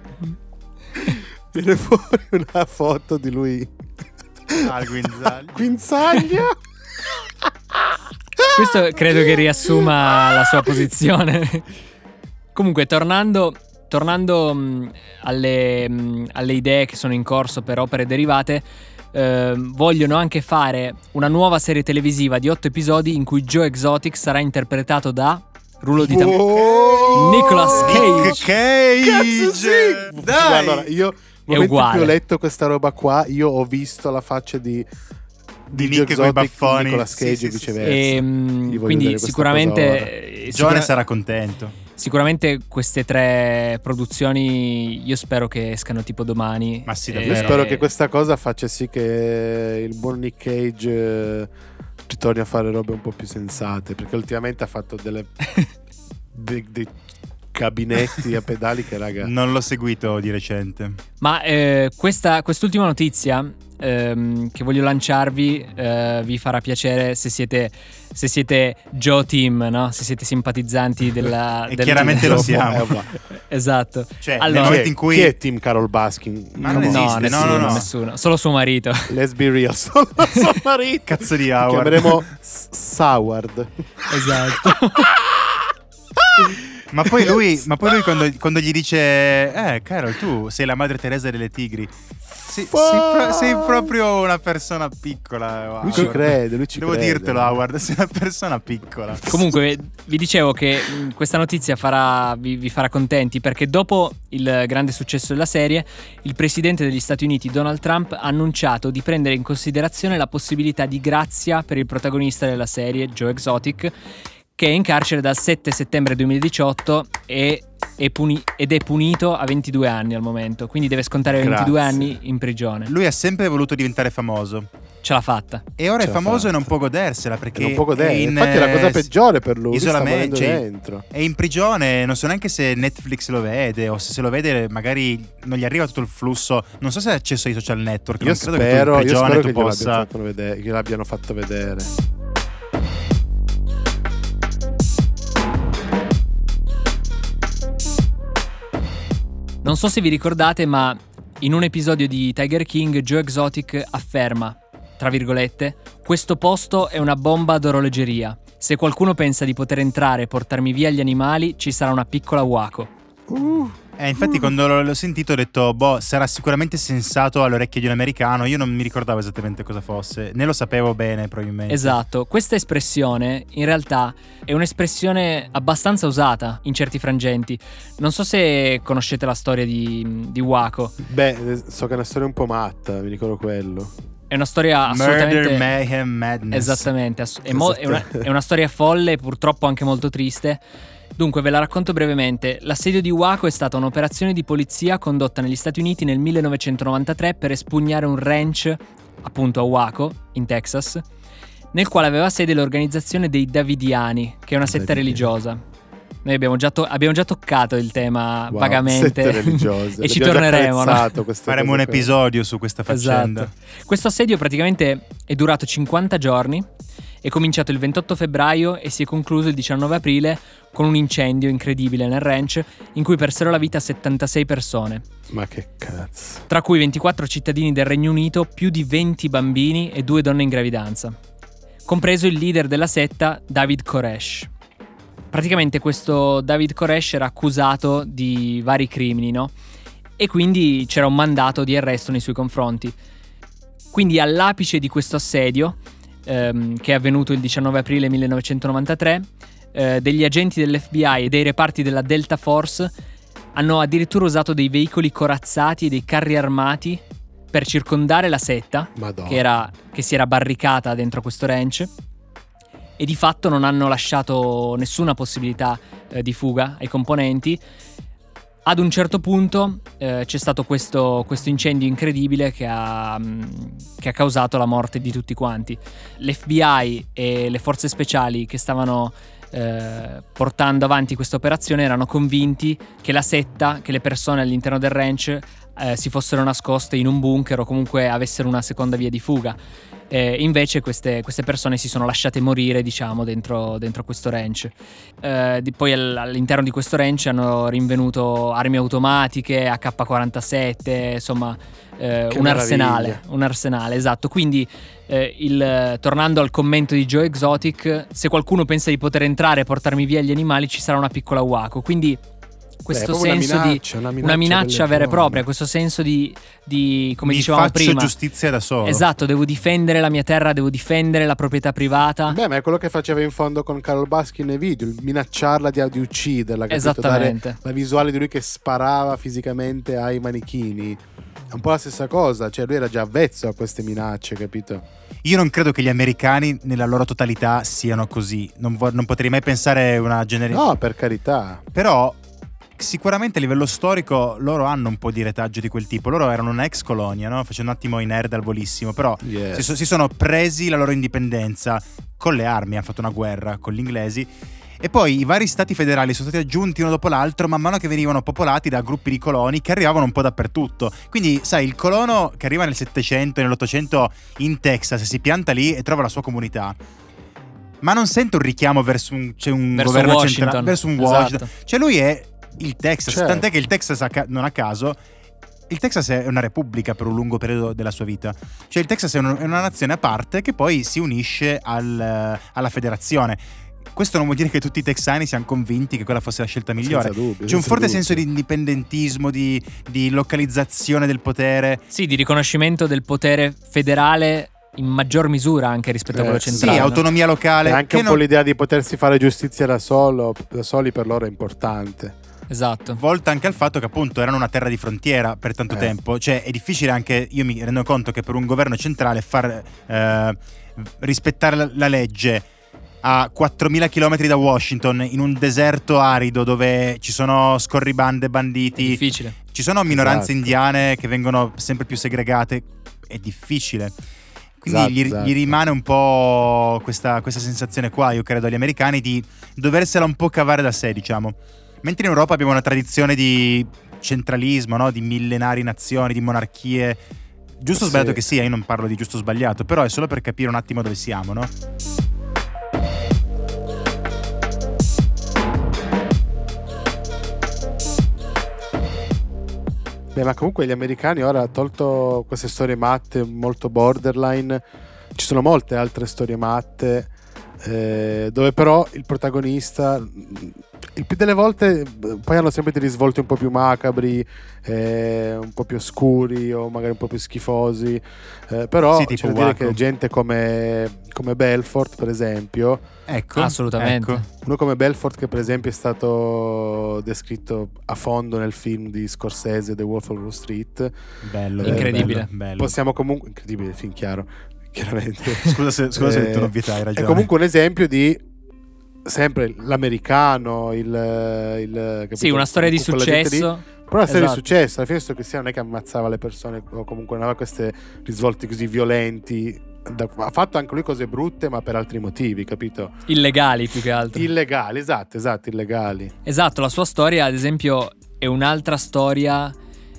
viene fuori una foto di lui Ah, il guinzaglio. guinzaglia. Questo credo che riassuma la sua posizione. Comunque, tornando, tornando mh, alle, mh, alle idee che sono in corso per opere derivate, eh, vogliono anche fare una nuova serie televisiva di otto episodi in cui Joe Exotic sarà interpretato da rullo di tamburi Oh! Nicolas Cage. Cage. Cazzo sì! Dai. Allora, io È nel momento in cui uguale. ho letto questa roba qua, io ho visto la faccia di Di Joe Nick coi Exotic, baffoni. Nicolas Cage Sì, e sì, sì, viceversa. E, Gli mm, voglio quindi dare questa sicuramente cosa ora. eh, Gione sicura- sarà contento. sicuramente queste tre produzioni io spero che escano tipo domani. Ma sì, E- davvero. Io spero che questa cosa faccia sì che il buon Nick Cage eh, ritorni a fare robe un po' più sensate, perché ultimamente ha fatto delle dei, dei gabinetti a pedali che raga. Non l'ho seguito di recente. Ma eh, questa, quest'ultima notizia ehm, che voglio lanciarvi eh, vi farà piacere se siete, se siete Joe Team, no? Se siete simpatizzanti della, E del chiaramente team lo Joe. siamo. Eh, va. Esatto. Cioè, Allora- nel Chi, momento è, in cui chi è Team Carol Baskin? Ma non Come esiste, No, no, nessuno, no, no. nessuno, solo suo marito. Let's be real, solo suo marito. Cazzo di Lo Howard. chiameremo S- Saward. Esatto. Ma poi lui, ma poi lui quando, quando gli dice eh Carol, tu sei la madre Teresa delle tigri, sei, sei, pro- sei proprio una persona piccola, Lui ci Howard. crede, lui ci Devo crede. dirtelo, Howard, sei una persona piccola. Comunque vi dicevo che mh, questa notizia farà, vi, vi farà contenti perché dopo il grande successo della serie il presidente degli Stati Uniti Donald Trump ha annunciato di prendere in considerazione la possibilità di grazia per il protagonista della serie Joe Exotic, che è in carcere dal sette settembre duemiladiciotto e è puni- ed è punito a ventidue anni al momento, quindi deve scontare ventidue Grazie. anni in prigione. Lui ha sempre voluto diventare famoso Ce l'ha fatta. e ora Ce è l'ha famoso fatta. e non può godersela perché Che non può godere. è in, Infatti è la cosa eh, peggiore per lui. Lui sta isolamento, morendo cioè, dentro. è in prigione, non so neanche se Netflix lo vede o se se lo vede magari non gli arriva tutto il flusso, non so se ha accesso ai social network, Io non credo che tu in spero, io prigione spero tu che gliel'abbiano possa fatto vedere, che l'abbiano fatto vedere. Non so se vi ricordate, ma in un episodio di Tiger King Joe Exotic afferma, tra virgolette, questo posto è una bomba d'orologeria. Se qualcuno pensa di poter entrare e portarmi via gli animali, ci sarà una piccola Waco. Uh, Eh, infatti quando l'ho l'ho sentito ho detto, boh, sarà sicuramente sensato alle orecchie di un americano. Io non mi ricordavo esattamente cosa fosse, né lo sapevo bene probabilmente. Esatto, questa espressione in realtà è un'espressione abbastanza usata in certi frangenti. Non so se conoscete la storia di, di Waco. beh, so che è una storia un po' matta, mi ricordo quello. È una storia assolutamente... Murder, mayhem, madness. Esattamente, ass- è, mo- è una, è una storia folle e purtroppo anche molto triste. Dunque ve la racconto brevemente. L'assedio di Waco è stata un'operazione di polizia condotta negli Stati Uniti nel millenovecentonovantatré per espugnare un ranch, appunto a Waco, in Texas, nel quale aveva sede l'organizzazione dei Davidiani, che è una setta Davidiani. religiosa. Noi abbiamo già, to- abbiamo già toccato il tema Wow, vagamente sette religiose. e ci L'abbiamo già torneremo, no? accarezzato queste Faremo un cose qua. episodio su questa faccenda. Esatto. Questo assedio praticamente è durato cinquanta giorni, è cominciato il ventotto febbraio e si è concluso il diciannove aprile con un incendio incredibile nel ranch in cui persero la vita settantasei persone, Ma che cazzo. tra cui ventiquattro cittadini del Regno Unito, più di venti bambini e due donne in gravidanza, compreso il leader della setta David Koresh. Praticamente questo David Koresh era accusato di vari crimini, no? E quindi c'era un mandato di arresto nei suoi confronti. Quindi all'apice di questo assedio, ehm, che è avvenuto il diciannove aprile millenovecentonovantatré, eh, degli agenti dell'F B I e dei reparti della Delta Force hanno addirittura usato dei veicoli corazzati e dei carri armati per circondare la setta, Madonna. che, era, che si era barricata dentro questo ranch, e di fatto non hanno lasciato nessuna possibilità eh, di fuga ai componenti. Ad un certo punto eh, c'è stato questo, questo incendio incredibile che ha, mh, che ha causato la morte di tutti quanti. L'F B I e le forze speciali che stavano eh, portando avanti questa operazione erano convinti che la setta, che le persone all'interno del ranch eh, si fossero nascoste in un bunker o comunque avessero una seconda via di fuga. Eh, invece queste, queste persone si sono lasciate morire, diciamo, dentro, dentro questo ranch. Eh, di, poi all, all'interno di questo ranch hanno rinvenuto armi automatiche, A K quarantasette, insomma eh, Che un arsenale, meraviglia. un arsenale, esatto. Quindi eh, il, tornando al commento di Joe Exotic, se qualcuno pensa di poter entrare e portarmi via gli animali ci sarà una piccola Waco. Quindi questo Beh, senso una minaccia, di una minaccia, una minaccia vera e buone. propria, questo senso di, di come Mi dicevamo faccio prima, giustizia da solo. esatto, devo difendere la mia terra, devo difendere la proprietà privata. Beh, ma è quello che faceva in fondo con Carol Baskin nei video, il minacciarla di, di ucciderla, capito? Esattamente. Dare la visuale di lui che sparava fisicamente ai manichini. È un po' la stessa cosa, cioè lui era già avvezzo a queste minacce, capito? Io non credo che gli americani nella loro totalità siano così. Non, vo- non potrei mai pensare una generalità. No, per carità. Però sicuramente a livello storico loro hanno un po' di retaggio di quel tipo. Loro erano una ex colonia, no? Facendo un attimo i nerd al volissimo. Però Yes. si, so- si sono presi la loro indipendenza con le armi, hanno fatto una guerra con gli inglesi. E poi i vari stati federali sono stati aggiunti uno dopo l'altro man mano che venivano popolati da gruppi di coloni che arrivavano un po' dappertutto. Quindi, sai, il colono che arriva nel Settecento e nell'Ottocento in Texas si pianta lì e trova la sua comunità, ma non sente un richiamo verso un, c'è un Verso governo Washington. centrale, verso un Esatto. Washington. Cioè lui è il Texas, Certo. tant'è che il Texas a ca- non a caso il Texas è una repubblica per un lungo periodo della sua vita. Cioè il Texas è, un- è una nazione a parte che poi si unisce al- alla federazione. Questo non vuol dire che tutti i texani siano convinti che quella fosse la scelta migliore. Senza dubbio, C'è un senza forte dubbio. senso di indipendentismo, di, di localizzazione del potere. Sì, di riconoscimento del potere federale in maggior misura anche rispetto a quello Eh, sì, centrale. Sì, no? autonomia locale. E anche che un po' non- l'idea di potersi fare giustizia da solo, da soli per loro è importante. Esatto. volta anche al fatto che appunto erano una terra di frontiera per tanto Eh. tempo. Cioè è difficile anche, io mi rendo conto che per un governo centrale far eh, rispettare la, la legge a quattromila chilometri da Washington in un deserto arido dove ci sono scorribande, È banditi, difficile. ci sono minoranze Esatto. indiane che vengono sempre più segregate, è difficile. Quindi Esatto, gli, esatto. gli rimane un po' questa, questa sensazione qua, io credo, agli americani di doversela un po' cavare da sé, diciamo. Mentre in Europa abbiamo una tradizione di centralismo, no? Di millenari nazioni, di monarchie. Giusto o Sì. sbagliato che sia, io non parlo di giusto o sbagliato, però è solo per capire un attimo dove siamo, no? Beh, ma comunque gli americani ora, tolto queste storie matte molto borderline, ci sono molte altre storie matte eh, dove però il protagonista, il più delle volte, poi hanno sempre dei risvolti un po' più macabri, eh, un po' più oscuri o magari un po' più schifosi, eh, però Sì, c'è tipo da dire Waco. che gente come, come Belfort, per esempio, Ecco. Assolutamente. ecco. uno come Belfort che per esempio è stato descritto a fondo nel film di Scorsese, The Wolf of Wall Street. Bello, Incredibile. bello, bello. Possiamo comunque, incredibile film, chiaro, chiaramente. Scusa se, scusa se ho Eh, detto un'ovvietà, hai ragione. È comunque un esempio di sempre l'americano, il, il capito? Sì, una storia di Quella gente lì. successo. Però una storia Esatto. di successo. Alla fine sto Cristiano non è che ammazzava le persone o comunque non aveva questi risvolti così violenti. Da- ha fatto anche lui cose brutte, ma per altri motivi, capito? Illegali più che altro. Illegali, esatto, esatto, illegali. Esatto, la sua storia, ad esempio, è un'altra storia,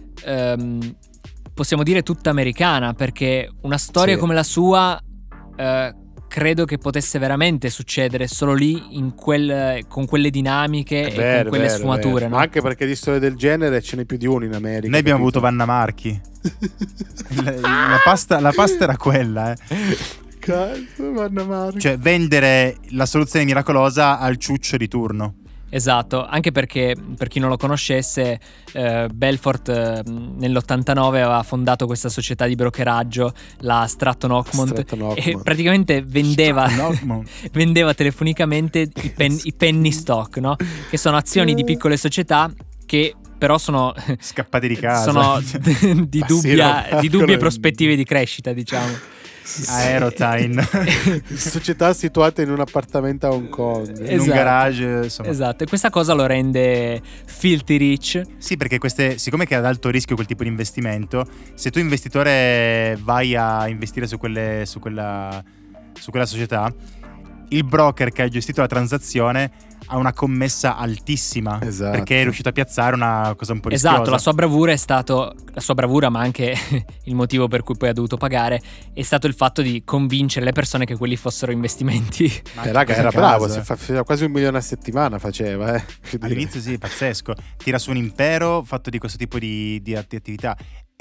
ehm, possiamo dire tutta americana, perché una storia Sì. come la sua eh, credo che potesse veramente succedere solo lì, in quel, con quelle dinamiche È e vero, con quelle vero, sfumature. vero. No? Ma anche perché di storie del genere ce n'è più di uno in America. Noi abbiamo capito? avuto Vanna Marchi. la, la pasta, la pasta era quella, eh. Cazzo, Vanna Marchi. Cioè vendere la soluzione miracolosa al ciuccio di turno. Esatto, anche perché per chi non lo conoscesse, eh, Belfort eh, nell'ottantanove aveva fondato questa società di brokeraggio, la Stratton Oakmont, Stratton e Oakmont. praticamente vendeva, No, mo- vendeva telefonicamente i, pen- i penny stock, no? Che sono azioni di piccole società che però sono, scappati di casa. sono di, Ma sì, dubbia- no, di dubbie quello- prospettive di crescita, diciamo. Aerotime. Società situata in un appartamento a Hong Kong. In un Esatto. garage, insomma. Esatto, e questa cosa lo rende filthy rich. Sì, perché queste, siccome che è ad alto rischio quel tipo di investimento, se tu investitore vai a investire su quelle su quella su quella società, il broker che ha gestito la transazione ha una commessa altissima, Esatto. perché è riuscito a piazzare una cosa un po' rischiosa. Esatto, la sua bravura è stato la sua bravura, ma anche il motivo per cui poi ha dovuto pagare è stato il fatto di convincere le persone che quelli fossero investimenti. Ma Eh, anche raga, casa era a bravo, casa. si fa- faceva quasi un milione a settimana faceva, eh. Che dire. All'inizio sì, pazzesco. Tira su un impero fatto di questo tipo di, di atti- attività.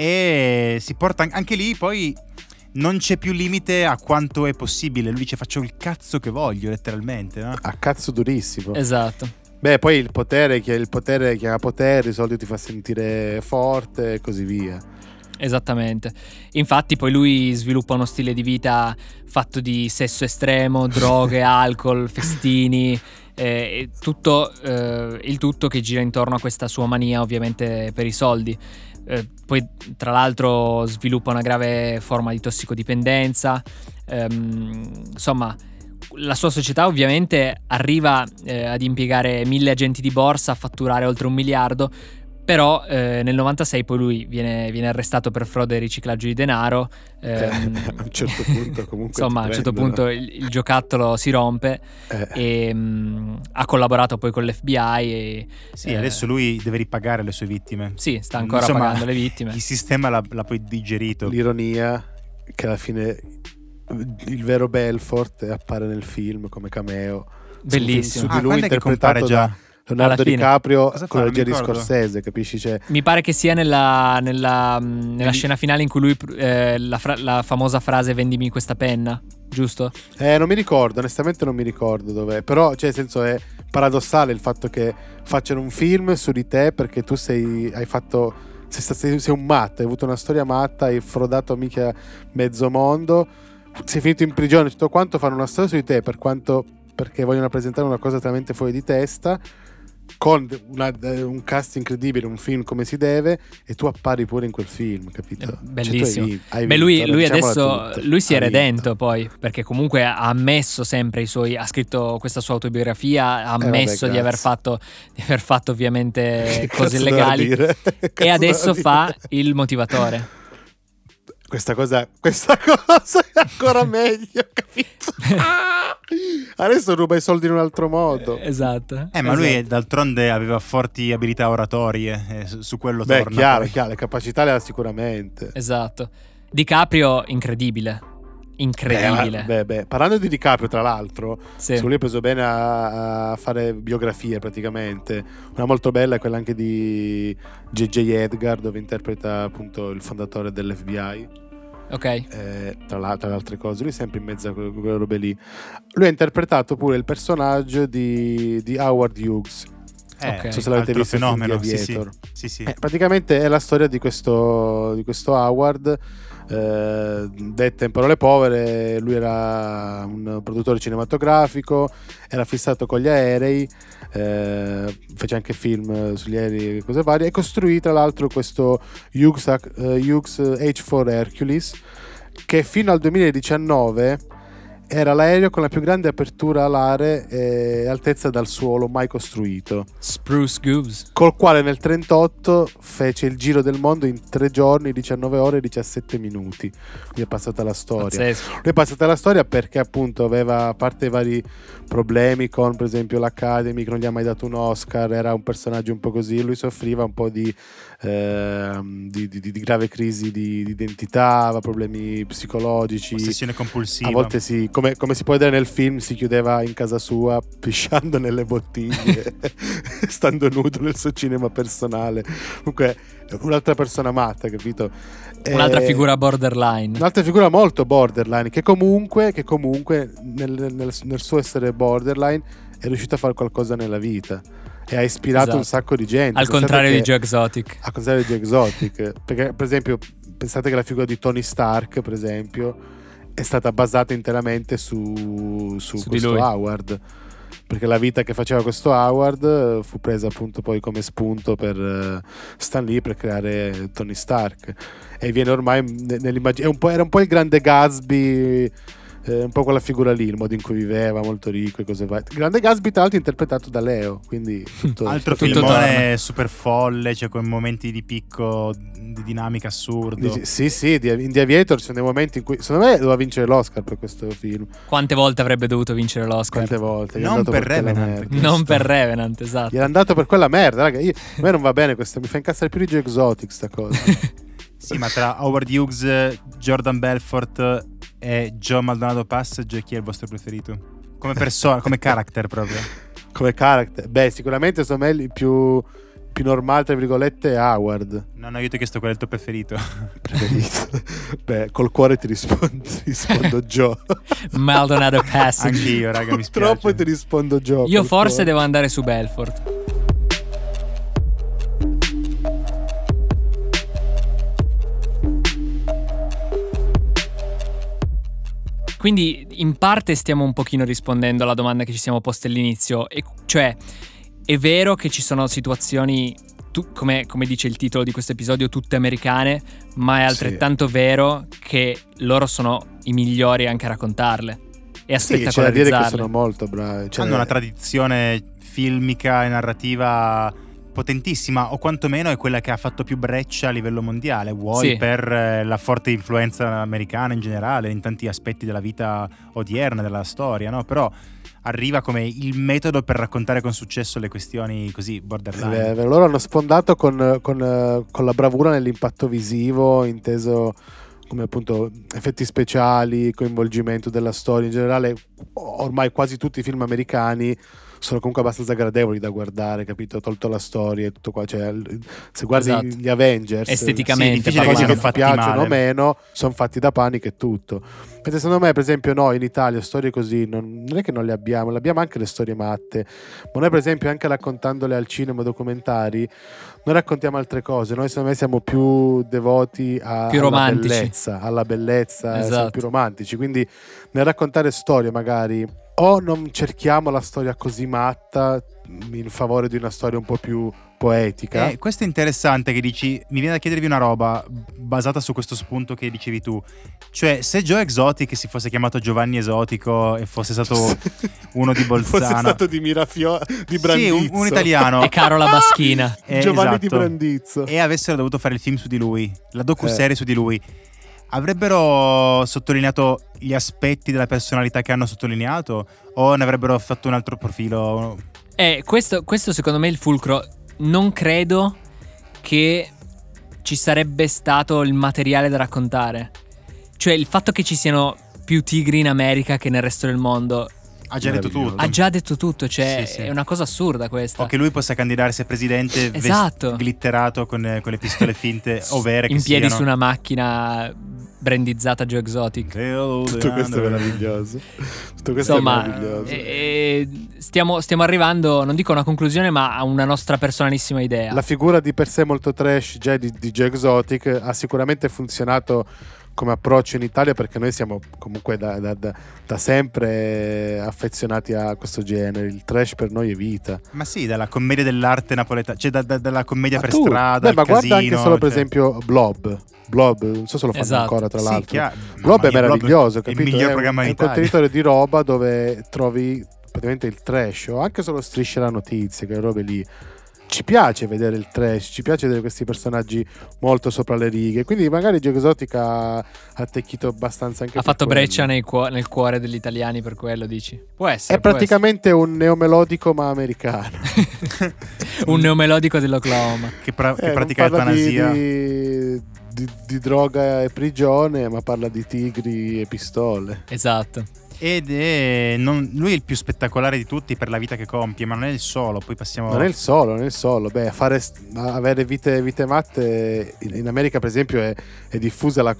E si porta an- anche lì poi non c'è più limite a quanto è possibile. Lui dice faccio il cazzo che voglio, letteralmente, no? A cazzo durissimo. Esatto. Beh, poi il potere, chi ha il potere, chi ha potere, i soldi ti fa sentire forte e così via. Esattamente. Infatti poi lui sviluppa uno stile di vita fatto di sesso estremo, droghe, alcol, festini, eh, tutto, eh, il tutto che gira intorno a questa sua mania ovviamente per i soldi. Eh, poi tra l'altro sviluppa una grave forma di tossicodipendenza, ehm, insomma la sua società ovviamente arriva eh, ad impiegare mille agenti di borsa, a fatturare oltre un miliardo. Però eh, nel novantasei poi lui viene, viene arrestato per frode e riciclaggio di denaro. Ehm, eh, a un certo punto comunque insomma, a un certo punto il, il giocattolo si rompe eh. e mh, ha collaborato poi con l'F B I. E, sì, eh, adesso lui deve ripagare le sue vittime. Sì, sta ancora Insomma, pagando le vittime. Il sistema l'ha, l'ha poi digerito. L'ironia che alla fine il vero Belfort appare nel film come cameo. Bellissimo. Su di Ah, lui quando è che compare interpretato già? da Leonardo DiCaprio Cosa fa? con la Non regia mi di ricordo. Scorsese, capisci? Cioè, Mi pare che sia nella, nella, mh, nella scena finale in cui lui eh, la, fra- la famosa frase "vendimi questa penna", giusto? eh, non mi ricordo, onestamente non mi ricordo dov'è. Però, cioè, nel senso, è paradossale il fatto che facciano un film su di te perché tu sei, hai fatto, sei, sei, sei un matto, hai avuto una storia matta, hai frodato mica mezzo mondo, sei finito in prigione, tutto quanto, fanno una storia su di te per quanto, perché vogliono presentare una cosa talmente fuori di testa, con una, un cast incredibile, un film come si deve, e tu appari pure in quel film, capito? Bellissimo. Cioè, tu hai, hai Beh, vinto, lui, lui diciamola adesso tutta. lui si è Ha vinto. redento poi, perché comunque ha ammesso sempre i suoi, ha scritto questa sua autobiografia, ha ammesso vabbè, di aver grazie. fatto di aver fatto ovviamente Che cose cazzo doveva illegali dire? Che e cazzo adesso doveva fa dire? il motivatore. Questa cosa, questa cosa è ancora meglio, capito? Adesso ruba i soldi in un altro modo. Esatto. Eh, ma lui esatto. d'altronde aveva forti abilità oratorie, e su su quello Beh, torna. chiaro, poi. chiaro, le capacità le ha sicuramente. Esatto. DiCaprio incredibile. Incredibile. Eh, beh, beh, parlando di DiCaprio, tra l'altro, Sì. se lui è preso bene a, a fare biografie praticamente. Una molto bella è quella anche di J J Edgar, dove interpreta appunto il fondatore dell'F B I. Ok. Eh, tra, la, tra le altre cose, lui è sempre in mezzo a que- quelle robe lì. Lui ha interpretato pure il personaggio di, di Howard Hughes. Eh, Ok. Non so se l'avete altro visto il film fenomeno, di sì, sì. Aviator. Sì, sì. Eh, praticamente è la storia di questo, di questo Howard. Eh, detta in parole povere, lui era un produttore cinematografico, era fissato con gli aerei, eh, fece anche film sugli aerei e cose varie, e costruì tra l'altro questo Hughes, uh, Hughes H quattro Hercules, che fino al duemiladiciannove era l'aereo con la più grande apertura alare e altezza dal suolo mai costruito, Spruce Goose. col quale nel trentotto fece il giro del mondo in tre giorni, diciannove ore e diciassette minuti. Gli è passata la storia. Pazzesco. Lui è passata la storia perché appunto aveva, a parte i vari problemi con per esempio l'Academy che non gli ha mai dato un Oscar, era un personaggio un po' così, lui soffriva un po' di, eh, di, di, di grave crisi di, di identità, aveva problemi psicologici, Ossessione compulsiva. a volte si, come, come si può vedere nel film, si chiudeva in casa sua pisciando nelle bottiglie stando nudo nel suo cinema personale. Comunque un'altra persona matta, capito? Un'altra Eh, figura borderline. Un'altra figura molto borderline, che comunque, che comunque nel, nel, nel suo essere borderline è riuscito a fare qualcosa nella vita e ha ispirato Esatto. un sacco di gente. Al Pensate contrario che- di Joe Exotic. Al contrario di Joe Exotic. Perché per esempio pensate che la figura di Tony Stark, per esempio, è stata basata interamente su, su, Su di questo lui. Howard, perché la vita che faceva questo Howard eh, fu presa appunto poi come spunto per eh, Stan Lee per creare Tony Stark, e viene ormai ne- nell'immagine, è un po', era un po' il grande Gatsby, eh, un po' quella figura lì, il modo in cui viveva, molto ricco e cose varie. Il grande Gatsby tra l'altro interpretato da Leo, quindi tutto, Altro tutto filmone super folle, cioè con momenti di picco, di dinamica assurdo. Dici- sì, sì, di- in The Aviator ci sono dei momenti in cui secondo me doveva vincere l'Oscar per questo film. Quante volte avrebbe dovuto vincere l'Oscar? Quante volte? Gli è Non andato per quella Revenant, merda. Cristo. Non per Revenant, esatto. Gli era andato per quella merda, raga. Io, a me non va bene questo, mi fa incazzare più di Joe Exotic sta cosa. Sì, ma tra Howard Hughes, Jordan Belfort e Joe Maldonado Passage, chi è il vostro preferito? Come persona, come character proprio. Come character, beh, sicuramente secondo me il più, più normale, tra virgolette, è Howard. No, no, io ti ho chiesto qual è il tuo preferito. Preferito? Beh, col cuore ti rispondo, ti rispondo Joe. Maldonado Passage. Anch'io, raga, mi spiace. Purtroppo ti rispondo Joe. Io col forse cuore. devo andare su Belfort. Quindi in parte stiamo un pochino rispondendo alla domanda che ci siamo poste all'inizio, e cioè è vero che ci sono situazioni, tu, come, come dice il titolo di questo episodio, tutte americane, ma è altrettanto sì. vero che loro sono i migliori anche a raccontarle e a Sì, c'è da spettacolarizzarle. dire che sono molto bravi. Cioè, Hanno una tradizione filmica e narrativa potentissima, o quantomeno è quella che ha fatto più breccia a livello mondiale, vuoi Sì. per eh, la forte influenza americana in generale, in tanti aspetti della vita odierna, della storia, no? Però arriva come il metodo per raccontare con successo le questioni così borderline. Eh, beh, loro hanno sfondato con, con, con la bravura nell'impatto visivo, inteso come appunto effetti speciali, coinvolgimento della storia in generale. Ormai quasi tutti i film americani sono comunque abbastanza gradevoli da guardare, capito? Tolto la storia e tutto qua. Cioè, se guardi Esatto. gli Avengers, Esteticamente, sì, difficile cose che che siano ti fatti piacciono o male. meno, sono fatti da Panic e tutto. Mentre secondo me, per esempio, noi in Italia storie così non, non è che non le abbiamo, le abbiamo anche le storie matte, ma noi per esempio anche raccontandole al cinema, documentari, noi raccontiamo altre cose. Noi secondo me siamo più devoti a, Più alla romantici. bellezza, alla bellezza, Esatto. siamo più romantici. Quindi nel raccontare storie magari o non cerchiamo la storia così matta in favore di una storia un po' più poetica. Eh, questo è interessante che dici, mi viene da chiedervi una roba basata su questo spunto che dicevi tu. Cioè, se Joe Exotic si fosse chiamato Giovanni Esotico e fosse stato uno di Bolzano, fosse stato di Mirafio di Brandizzo, sì, un, un italiano, E Carola Baschina. Eh, Giovanni esatto. di Brandizzo, e avessero dovuto fare il film su di lui, la docuserie Eh. su di lui, avrebbero sottolineato gli aspetti della personalità che hanno sottolineato, o ne avrebbero fatto un altro profilo? Eh, questo, questo secondo me è il fulcro. Non credo che ci sarebbe stato il materiale da raccontare. Cioè il fatto che ci siano più tigri in America che nel resto del mondo Ha già detto Meraviglioso. tutto. ha già detto tutto. Cioè Sì, sì. è una cosa assurda questa. O che lui possa candidarsi a presidente vest- Esatto. glitterato con, con le pistole finte o vere che in piedi siano. su una macchina brandizzata Joe Exotic. tutto questo è meraviglioso. Tutto questo Insomma, è meraviglioso. eh, eh, stiamo, stiamo arrivando, non dico a una conclusione, ma a una nostra personalissima idea. La figura di per sé molto trash già di, di Joe Exotic ha sicuramente funzionato come approccio in Italia, perché noi siamo comunque da, da, da, da sempre affezionati a questo genere. Il trash per noi è vita. Ma sì, dalla commedia dell'arte napoletana, cioè da, da- dalla commedia Ma per tu- strada, beh, al ma guarda casino, anche solo per cioè. esempio Blob. Blob, non so se lo fanno Esatto. ancora tra Sì, l'altro. chiaro. Blob Mamma è mia, meraviglioso, è capito? il miglior È un, programma è in un Italia. contenitore di roba dove trovi praticamente il trash, o anche solo Strisce la notizia, quelle robe lì. Ci piace vedere il trash, ci piace vedere questi personaggi molto sopra le righe. Quindi magari Joe Exotic ha attecchito abbastanza anche Ha per fatto quello. breccia nei cuo- nel cuore degli italiani per quello, dici? Può essere. È praticamente un neomelodico ma americano. può essere. Un neomelodico dell'Oklahoma. che, pra- che Eh, non pratica parla di, eutanasia. di, di, di droga e prigione, ma parla di tigri e pistole. Esatto. Ed è non- lui è il più spettacolare di tutti per la vita che compie, ma non è il solo. Poi passiamo. Non è il solo, non è il solo. Beh, fare, avere vite, vite matte in, in America, per esempio, è, è diffusa la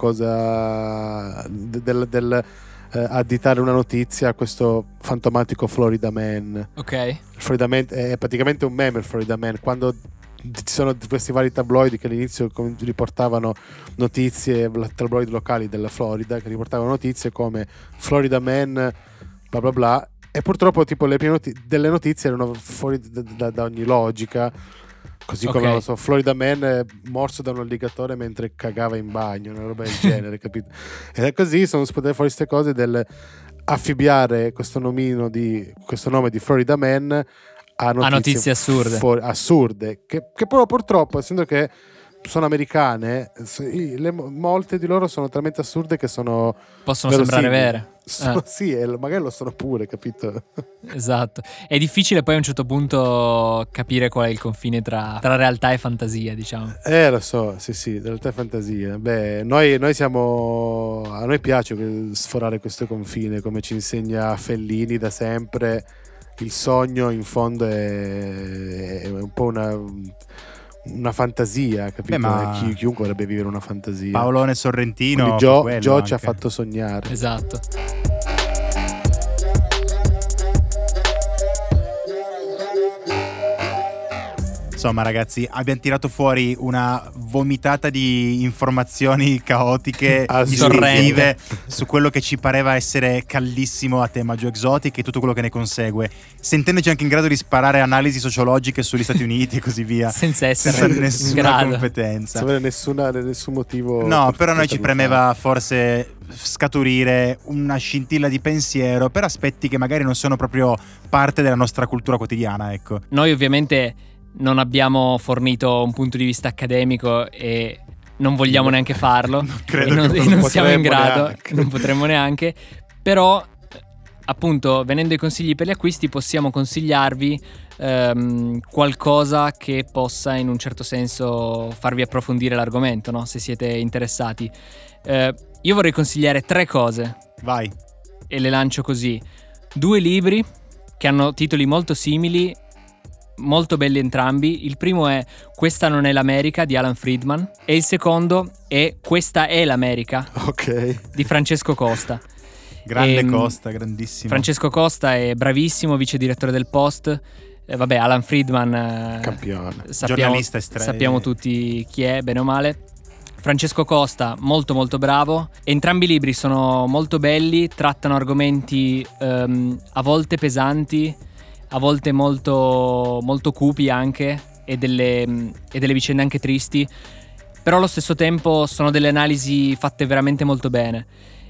cosa del, del, del eh, additare una notizia a questo fantomatico Florida Man. Ok. Il Florida Man è praticamente un meme. Il Florida Man, quando ci sono questi vari tabloidi che all'inizio com- riportavano notizie, tabloidi locali della Florida che riportavano notizie come Florida Man bla bla bla, e purtroppo tipo le prime noti- delle notizie erano fuori da, da- da ogni logica, così come Ok. non lo so, Florida Man eh, morso da un alligatore mentre cagava in bagno, una roba del genere, capito? Ed è così sono sputate fuori queste cose del affibbiare questo nomino di questo nome di Florida Man a notizie, notizie assurde. fuori- assurde che, che però purtroppo, essendo che sono americane, sì, le- molte di loro sono talmente assurde che sono Possono sembrare verosimili. vere. Sono- Eh. sì, e lo- magari lo sono pure, capito? Esatto. È difficile poi a un certo punto capire qual è il confine tra, tra realtà e fantasia, diciamo. Eh, lo so, sì, sì, realtà e fantasia. Beh, noi, noi siamo. A noi piace sforare questo confine, come ci insegna Fellini da sempre, il sogno in fondo è, è un po' una, una fantasia, capito? Beh, ma Chi, chiunque vorrebbe vivere una fantasia. Paolone Sorrentino Joe, Joe ci ha fatto sognare. Esatto. Insomma, ragazzi, abbiamo tirato fuori una vomitata di informazioni caotiche, Ah, sì. distorsive su quello che ci pareva essere caldissimo a tema Joe Exotic e tutto quello che ne consegue, sentendoci anche in grado di sparare analisi sociologiche sugli Stati Uniti e così via, Senza essere senza in nessuna grado. competenza. Senza avere nessuna, nessun motivo. No, per però a noi ci poterlo premeva forse scaturire una scintilla di pensiero per aspetti che magari non sono proprio parte della nostra cultura quotidiana, ecco. Noi ovviamente non abbiamo fornito un punto di vista accademico e non vogliamo neanche farlo. Non credo e non, che e non non siamo in potremmo grado, neanche. non potremmo neanche. Però, appunto, venendo ai consigli per gli acquisti, possiamo consigliarvi ehm, qualcosa che possa in un certo senso farvi approfondire l'argomento, no? Se siete interessati. Eh, io vorrei consigliare tre cose Vai. e le lancio così. Due libri che hanno titoli molto simili, molto belli entrambi. Il primo è Questa non è l'America di Alan Friedman e il secondo è Questa è l'America Ok. di Francesco Costa. Grande Ehm, Costa, grandissimo. Francesco Costa è bravissimo, vice direttore del Post. Eh, vabbè, Alan Friedman eh, Campione. sappiamo, Giornalista estre- sappiamo tutti chi è, bene o male. Francesco Costa, molto molto bravo. Entrambi i libri sono molto belli, trattano argomenti ehm, a volte pesanti, a volte molto, molto cupi anche, e delle, e delle vicende anche tristi, però allo stesso tempo sono delle analisi fatte veramente molto bene.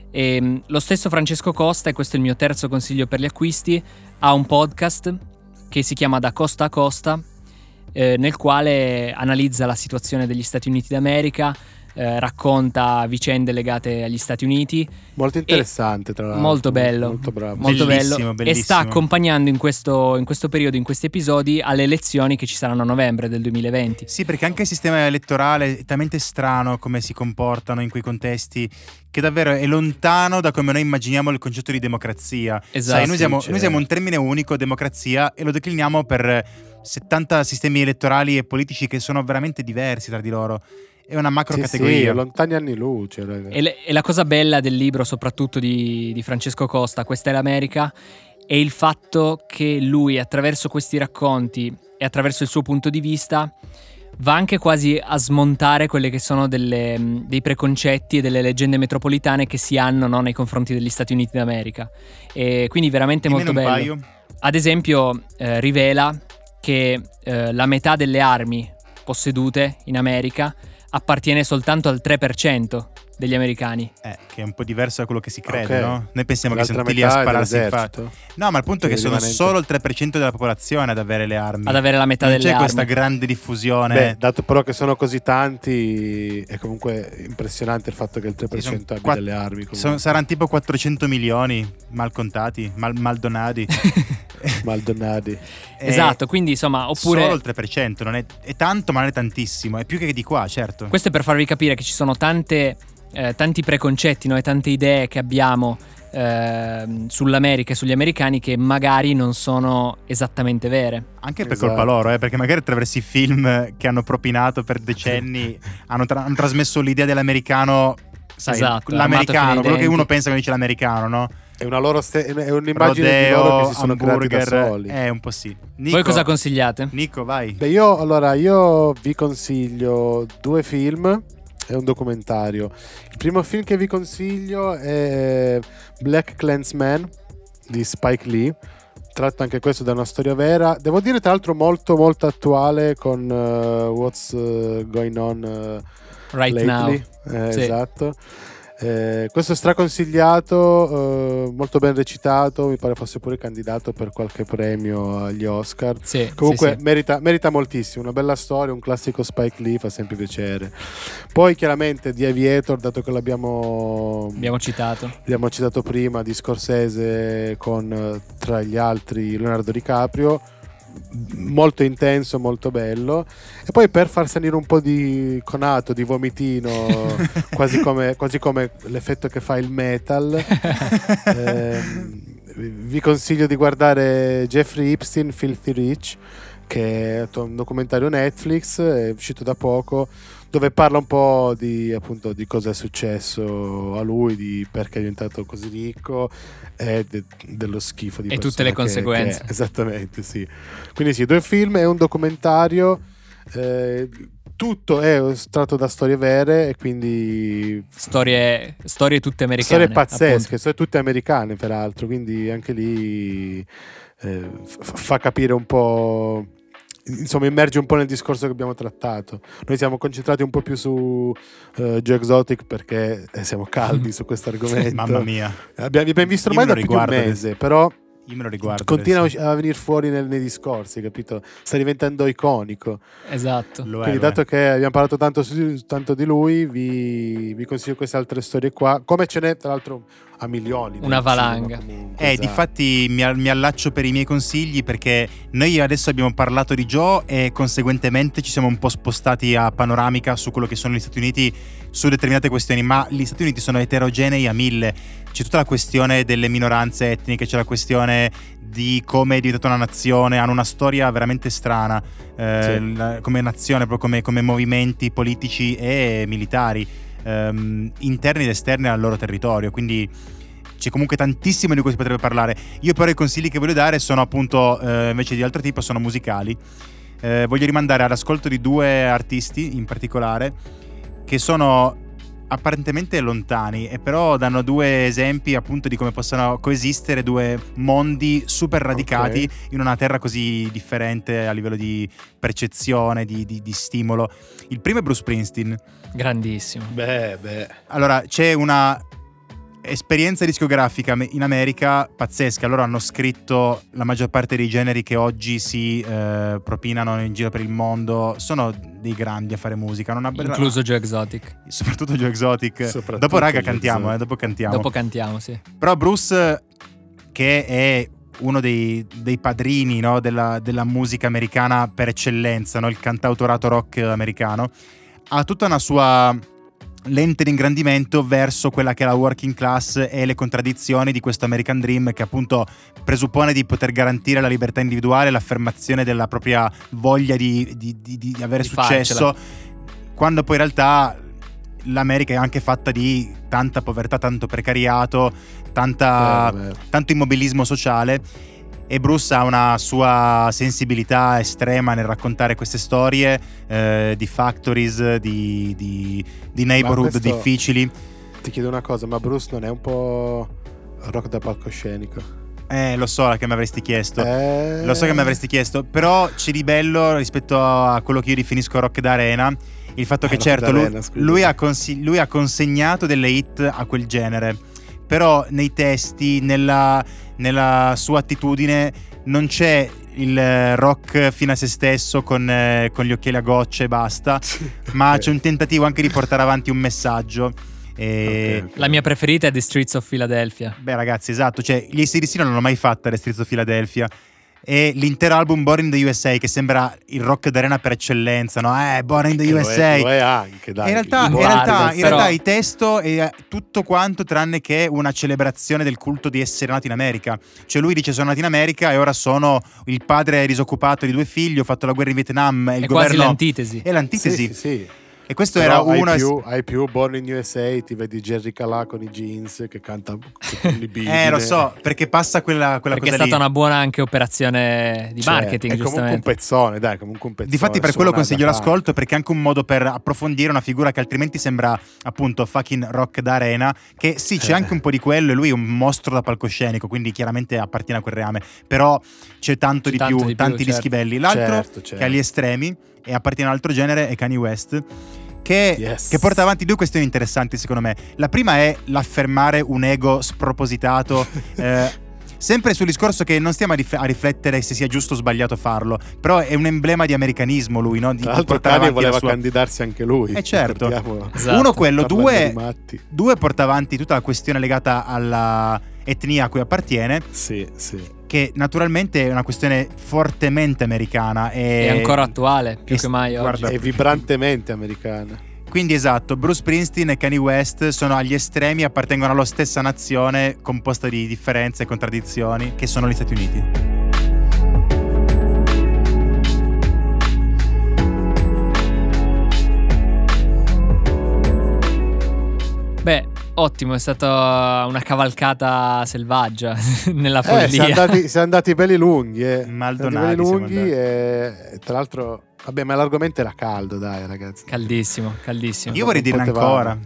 E lo stesso Francesco Costa, e questo è il mio terzo consiglio per gli acquisti, ha un podcast che si chiama Da Costa a Costa, eh, nel quale analizza la situazione degli Stati Uniti d'America, eh, racconta vicende legate agli Stati Uniti. Molto interessante, tra l'altro. Molto bello. Molto bravo. Molto Bellissimo, bello. E sta bellissimo. accompagnando in questo, in questo periodo, in questi episodi, alle elezioni che ci saranno a novembre del duemilaventi. Sì, perché anche il sistema elettorale è talmente strano come si comportano in quei contesti, che davvero è lontano da come noi immaginiamo il concetto di democrazia. Esatto, Sai, noi, sì, siamo, certo. noi siamo un termine unico, democrazia, e lo decliniamo per settanta sistemi elettorali e politici che sono veramente diversi tra di loro. È una macro Sì, categoria. sì, lontani anni luce, raga. E, le- e la cosa bella del libro, soprattutto di, di Francesco Costa, Questa è l'America, è il fatto che lui, attraverso questi racconti e attraverso il suo punto di vista, va anche quasi a smontare quelle che sono delle, dei preconcetti e delle leggende metropolitane che si hanno, no, nei confronti degli Stati Uniti d'America. E quindi veramente Dimmene molto un bello. paio. Ad esempio, eh, rivela che eh, la metà delle armi possedute in America appartiene soltanto al tre per cento degli americani. Eh, che è un po' diverso da quello che si crede, Ok. no? Noi pensiamo che L'altra siano tutti lì a metà è spararsi in dell'esercito. faccia. No, ma il punto è Che che sono rimanente- solo il tre per cento della popolazione ad avere le armi. Ad avere la metà non delle c'è armi. questa grande diffusione. Beh, dato però che sono così tanti, è comunque impressionante il fatto che il tre per cento Sì, sono abbia quatt- delle armi. comunque. Sono- saranno tipo quattrocento milioni mal contati, mal, mal donati. Maldonadi. Eh, Esatto, quindi insomma, oppure Solo il tre per cento, non è, è tanto ma non è tantissimo, è più che di qua, certo. questo è per farvi capire che ci sono tante, eh, tanti preconcetti, no? E tante idee che abbiamo ehm, sull'America e sugli americani che magari non sono esattamente vere. Anche per Esatto. colpa loro, eh, perché magari attraverso i film che hanno propinato per decenni hanno, tra- hanno trasmesso l'idea dell'americano, sai, Esatto, armato fino l'americano, ai quello che denti. uno pensa quando dice l'americano, no? È una loro ste- è un'immagine di Rodeo, loro che si sono creati da hamburger, soli. eh, un po' sì. Nico, Voi cosa consigliate? Nico, vai. Beh, io allora io vi consiglio due film e un documentario. Il primo film che vi consiglio è Black Klansman di Spike Lee. Tratta anche questo da una storia vera. Devo dire, tra l'altro, molto molto attuale con uh, What's uh, Going On uh, Right Lately. now. Eh, Sì. Esatto. Eh, questo è straconsigliato, eh, molto ben recitato, mi pare fosse pure candidato per qualche premio agli Oscar. Sì, Comunque sì, sì. Merita, merita moltissimo, una bella storia, un classico Spike Lee, fa sempre piacere. Poi chiaramente The Aviator, dato che l'abbiamo Abbiamo citato. abbiamo citato prima, di Scorsese con eh, tra gli altri Leonardo DiCaprio, molto intenso, molto bello. E poi per far salire un po' di conato, di vomitino, quasi come, quasi come l'effetto che fa il metal, ehm, vi consiglio di guardare Jeffrey Epstein Filthy Rich, che è un documentario Netflix, è uscito da poco, dove parla un po' di appunto di cosa è successo a lui, di perché è diventato così ricco e de- dello schifo di e tutte le persona che- conseguenze. che è. Esattamente, sì. Quindi sì, due film e un documentario, eh, tutto è estratto da storie vere e quindi Storie, storie tutte americane. storie pazzesche, appunto. storie tutte americane peraltro, quindi anche lì eh, f- fa capire un po', insomma immerge un po' nel discorso che abbiamo trattato. Noi siamo concentrati un po' più su uh, Joe Exotic perché eh, siamo caldi su questo argomento. Mamma mia. Abbiamo, abbiamo visto Io ormai me da lo più di un riguardo mese, però Io me lo riguardo. continua adesso. a venire fuori nel- nei discorsi, capito? Sta diventando iconico. Esatto. Lo è, Quindi, lo è. dato che abbiamo parlato tanto, su- tanto di lui, vi, vi consiglio queste altre storie qua. Come ce n'è, tra l'altro, a milioni. Una nel valanga. cinema comunque, Eh, esatto. difatti mi, mi allaccio per i miei consigli, perché noi adesso abbiamo parlato di Joe e conseguentemente ci siamo un po' spostati a panoramica su quello che sono gli Stati Uniti su determinate questioni, ma gli Stati Uniti sono eterogenei a mille. C'è tutta la questione delle minoranze etniche, c'è la questione di come è diventata una nazione, hanno una storia veramente strana, eh, Sì. la- come nazione, proprio come, come movimenti politici e militari, ehm, interni ed esterni al loro territorio, quindi c'è comunque tantissimo di cui si potrebbe parlare. Io però i consigli che voglio dare sono appunto, eh, invece di altro tipo, sono musicali. Eh, voglio rimandare all'ascolto di due artisti in particolare che sono apparentemente lontani e però danno due esempi appunto di come possano coesistere due mondi super radicati Ok. in una terra così differente a livello di percezione, di, di, di stimolo. Il primo è Bruce Springsteen. Grandissimo. Beh, beh. Allora, c'è una esperienza discografica me- in America pazzesca. Loro hanno scritto la maggior parte dei generi che oggi si eh, propinano in giro per il mondo. Sono dei grandi a fare musica. Hanno una bella... Incluso Joe Exotic. soprattutto Joe Exotic. Soprattutto Dopo raga Joe cantiamo, Exotic. eh, dopo cantiamo. Dopo cantiamo, sì. Però Bruce, che è uno dei, dei padrini, no, della, della musica americana per eccellenza, no, il cantautorato rock americano, ha tutta una sua lente di ingrandimento verso quella che è la working class e le contraddizioni di questo American Dream, che appunto presuppone di poter garantire la libertà individuale, l'affermazione della propria voglia di, di, di, di avere Di successo, quando poi in realtà l'America è anche fatta di tanta povertà, tanto precariato, tanta, Beh, beh. tanto immobilismo sociale. E Bruce ha una sua sensibilità estrema nel raccontare queste storie eh, di factories, di, di, di neighborhood questo- difficili. Ti chiedo una cosa, ma Bruce non è un po' rock da palcoscenico? Eh, lo so che mi avresti chiesto. Eh... Lo so che mi avresti chiesto, però c'è di bello rispetto a quello che io definisco rock d'arena, il fatto Ah, che rock certo lui, d'arena, scusa. lui ha consi- lui ha consegnato delle hit a quel genere, però nei testi, nella, nella sua attitudine non c'è il eh, rock fino a se stesso con, eh, con gli occhiali a gocce e basta, ma Ok. c'è un tentativo anche di portare avanti un messaggio. E... Ok, ok. La mia preferita è The Streets of Philadelphia. Beh ragazzi, esatto, cioè gli A C D C non l'hanno mai fatta le Streets of Philadelphia, e l'intero album Born in the U S A, che sembra il rock d'arena per eccellenza, no? Eh, Born in the Che lo U S A. è, lo è anche, dai. in realtà, in Guarda, realtà, in però- realtà il testo è tutto quanto tranne che una celebrazione del culto di essere nato in America. Cioè lui dice: sono nato in America e ora sono il padre disoccupato di due figli, ho fatto la guerra in Vietnam, e il È quasi governo l'antitesi. è l'antitesi. Sì, sì, sì. E questo Però era hai una più, hai più Born in U S A, ti vedi Jerry Calà con i jeans che canta con i libidine. Eh, lo so, perché passa quella, quella Perché è cosa stata lì. una buona anche operazione di Cioè, marketing, è comunque un giustamente. pezzone, dai, comunque un pezzone. Difatti per quello suona consiglio da l'ascolto, perché è anche un modo per approfondire una figura che altrimenti sembra appunto fucking rock d'arena, che sì, c'è Eh. anche un po' di quello, e lui è un mostro da palcoscenico, quindi chiaramente appartiene a quel reame, però c'è tanto, C'è di, tanto più, di più, tanti certo. dischivelli. L'altro Certo, certo. che ha gli estremi e appartiene a un altro genere è Kanye West, che, Yes. che porta avanti due questioni interessanti secondo me. La prima è l'affermare un ego spropositato, eh, sempre sul discorso che non stiamo a, rif- a riflettere se sia giusto o sbagliato farlo, però è un emblema di americanismo lui, no? Di Tra l'altro portare Kanye avanti la voleva sua... candidarsi anche lui. Eh, certo. ricordiamolo. Esatto. Uno quello, Parlando due, di matti. due porta avanti tutta la questione legata alla etnia a cui appartiene, Sì, sì. che naturalmente è una questione fortemente americana e È ancora attuale, più e- che mai oggi. guarda, È vibrantemente americana. Quindi esatto, Bruce Springsteen e Kanye West sono agli estremi, appartengono alla stessa nazione composta di differenze e contraddizioni che sono gli Stati Uniti. Beh, ottimo, è stata una cavalcata selvaggia nella follia. Eh, siamo andati, siamo andati belli lunghi, eh. Maldonati, belli lunghi e, e tra l'altro, vabbè, ma l'argomento era caldo, dai, ragazzi. Caldissimo, caldissimo. Io vorrei dirne ancora.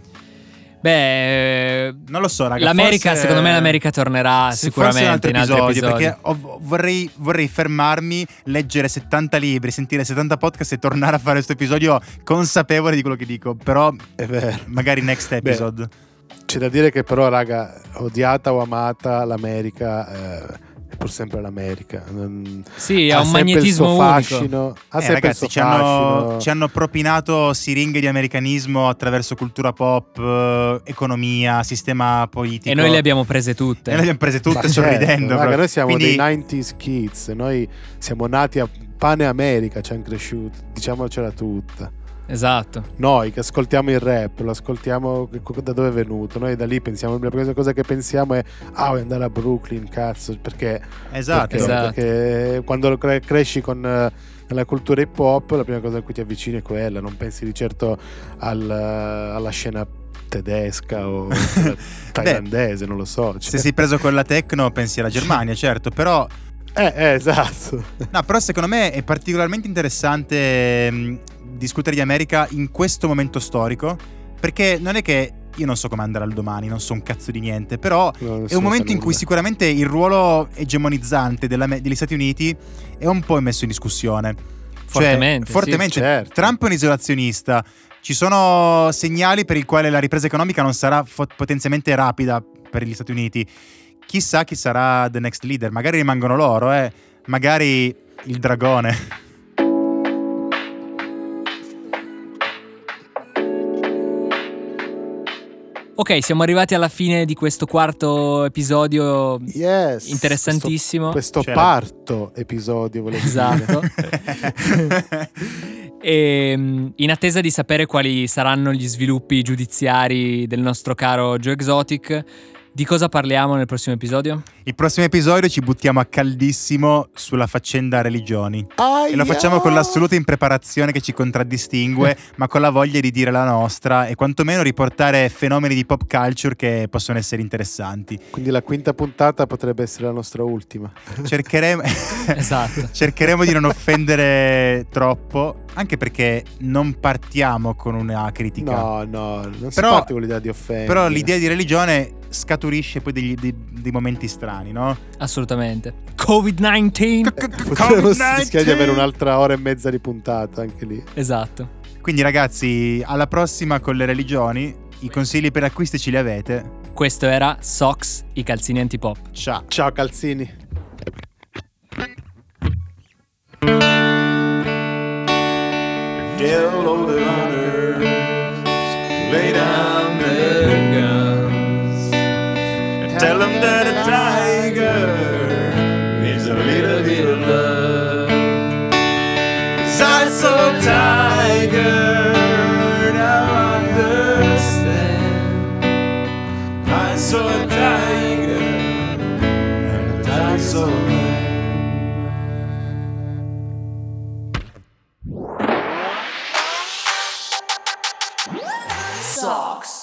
Beh, non lo so, ragazzi. L'America, forse, secondo me, l'America tornerà sicuramente in altri in episodi. altri episodi perché ho, vorrei, vorrei fermarmi, leggere settanta libri, sentire settanta podcast e tornare a fare questo episodio consapevole di quello che dico. Però è vero. Magari next episode. Beh, c'è da dire che però, raga, odiata o amata l'America, eh, è pur sempre l'America. Non, sì, ha, ha un magnetismo il suo fascino, unico. Ha eh, sempre ragazzi, il suo ci hanno, fascino. ci hanno propinato siringhe di americanismo attraverso cultura pop, eh, economia, sistema politico. E noi le abbiamo prese tutte. E noi le abbiamo prese tutte, Ma sorridendo. Certo, raga, noi siamo Quindi, dei nineties kids, noi siamo nati a pane America, ci hanno cresciuto, diciamocela tutta. Esatto. Noi che ascoltiamo il rap, lo ascoltiamo da dove è venuto. Noi da lì pensiamo, la prima cosa che pensiamo è ah, vuoi andare a Brooklyn, cazzo, perché esatto, perché, esatto. perché quando cre- cresci con uh, la cultura hip hop, la prima cosa a cui ti avvicini è quella, non pensi di certo al, uh, alla scena tedesca o thailandese, non lo so. Cioè. Se sei preso con la techno pensi alla Germania, certo, però eh, eh esatto. No, però secondo me è particolarmente interessante mh, discutere di America in questo momento storico, perché non è che io non so come andrà il domani, non so un cazzo di niente, però no, è un momento in cui sicuramente il ruolo egemonizzante della, degli Stati Uniti è un po' messo in discussione. Fortemente, cioè, fortemente. Sì, certo. Trump è un isolazionista. Ci sono segnali per i quali la ripresa economica non sarà fo- potenzialmente rapida per gli Stati Uniti. Chissà chi sarà the next leader. Magari rimangono loro, eh. Magari il dragone. Ok, siamo arrivati alla fine di questo quarto episodio. Yes, interessantissimo. Questo, questo Cioè, parto episodio, volevo esatto. dire. E in attesa di sapere quali saranno gli sviluppi giudiziari del nostro caro Joe Exotic, di cosa parliamo nel prossimo episodio? Il prossimo episodio ci buttiamo a caldissimo sulla faccenda religioni. Aia! E lo facciamo con l'assoluta impreparazione che ci contraddistingue, ma con la voglia di dire la nostra e quantomeno riportare fenomeni di pop culture che possono essere interessanti. Quindi la quinta puntata potrebbe essere la nostra ultima. Cercheremo Esatto. Cercheremo di non offendere troppo, anche perché non partiamo con una critica. No, no, non si Però- parte con l'idea di offendere. Però l'idea di religione scaturisce poi degli, dei, dei momenti strani, no? Assolutamente. covid diciannove. Potremmo rischiare di avere un'altra ora e mezza di puntata anche lì. Esatto. Quindi ragazzi, alla prossima con le religioni. I consigli per acquisti ce li avete. Questo era Socks, i calzini antipop. Ciao. Ciao calzini. Tell all the runners to lay down their guns and tell them that a tiger needs a little bit of love. 'Cause I saw a tiger, now I understand. I saw a tiger and the tiger saw me. Socks.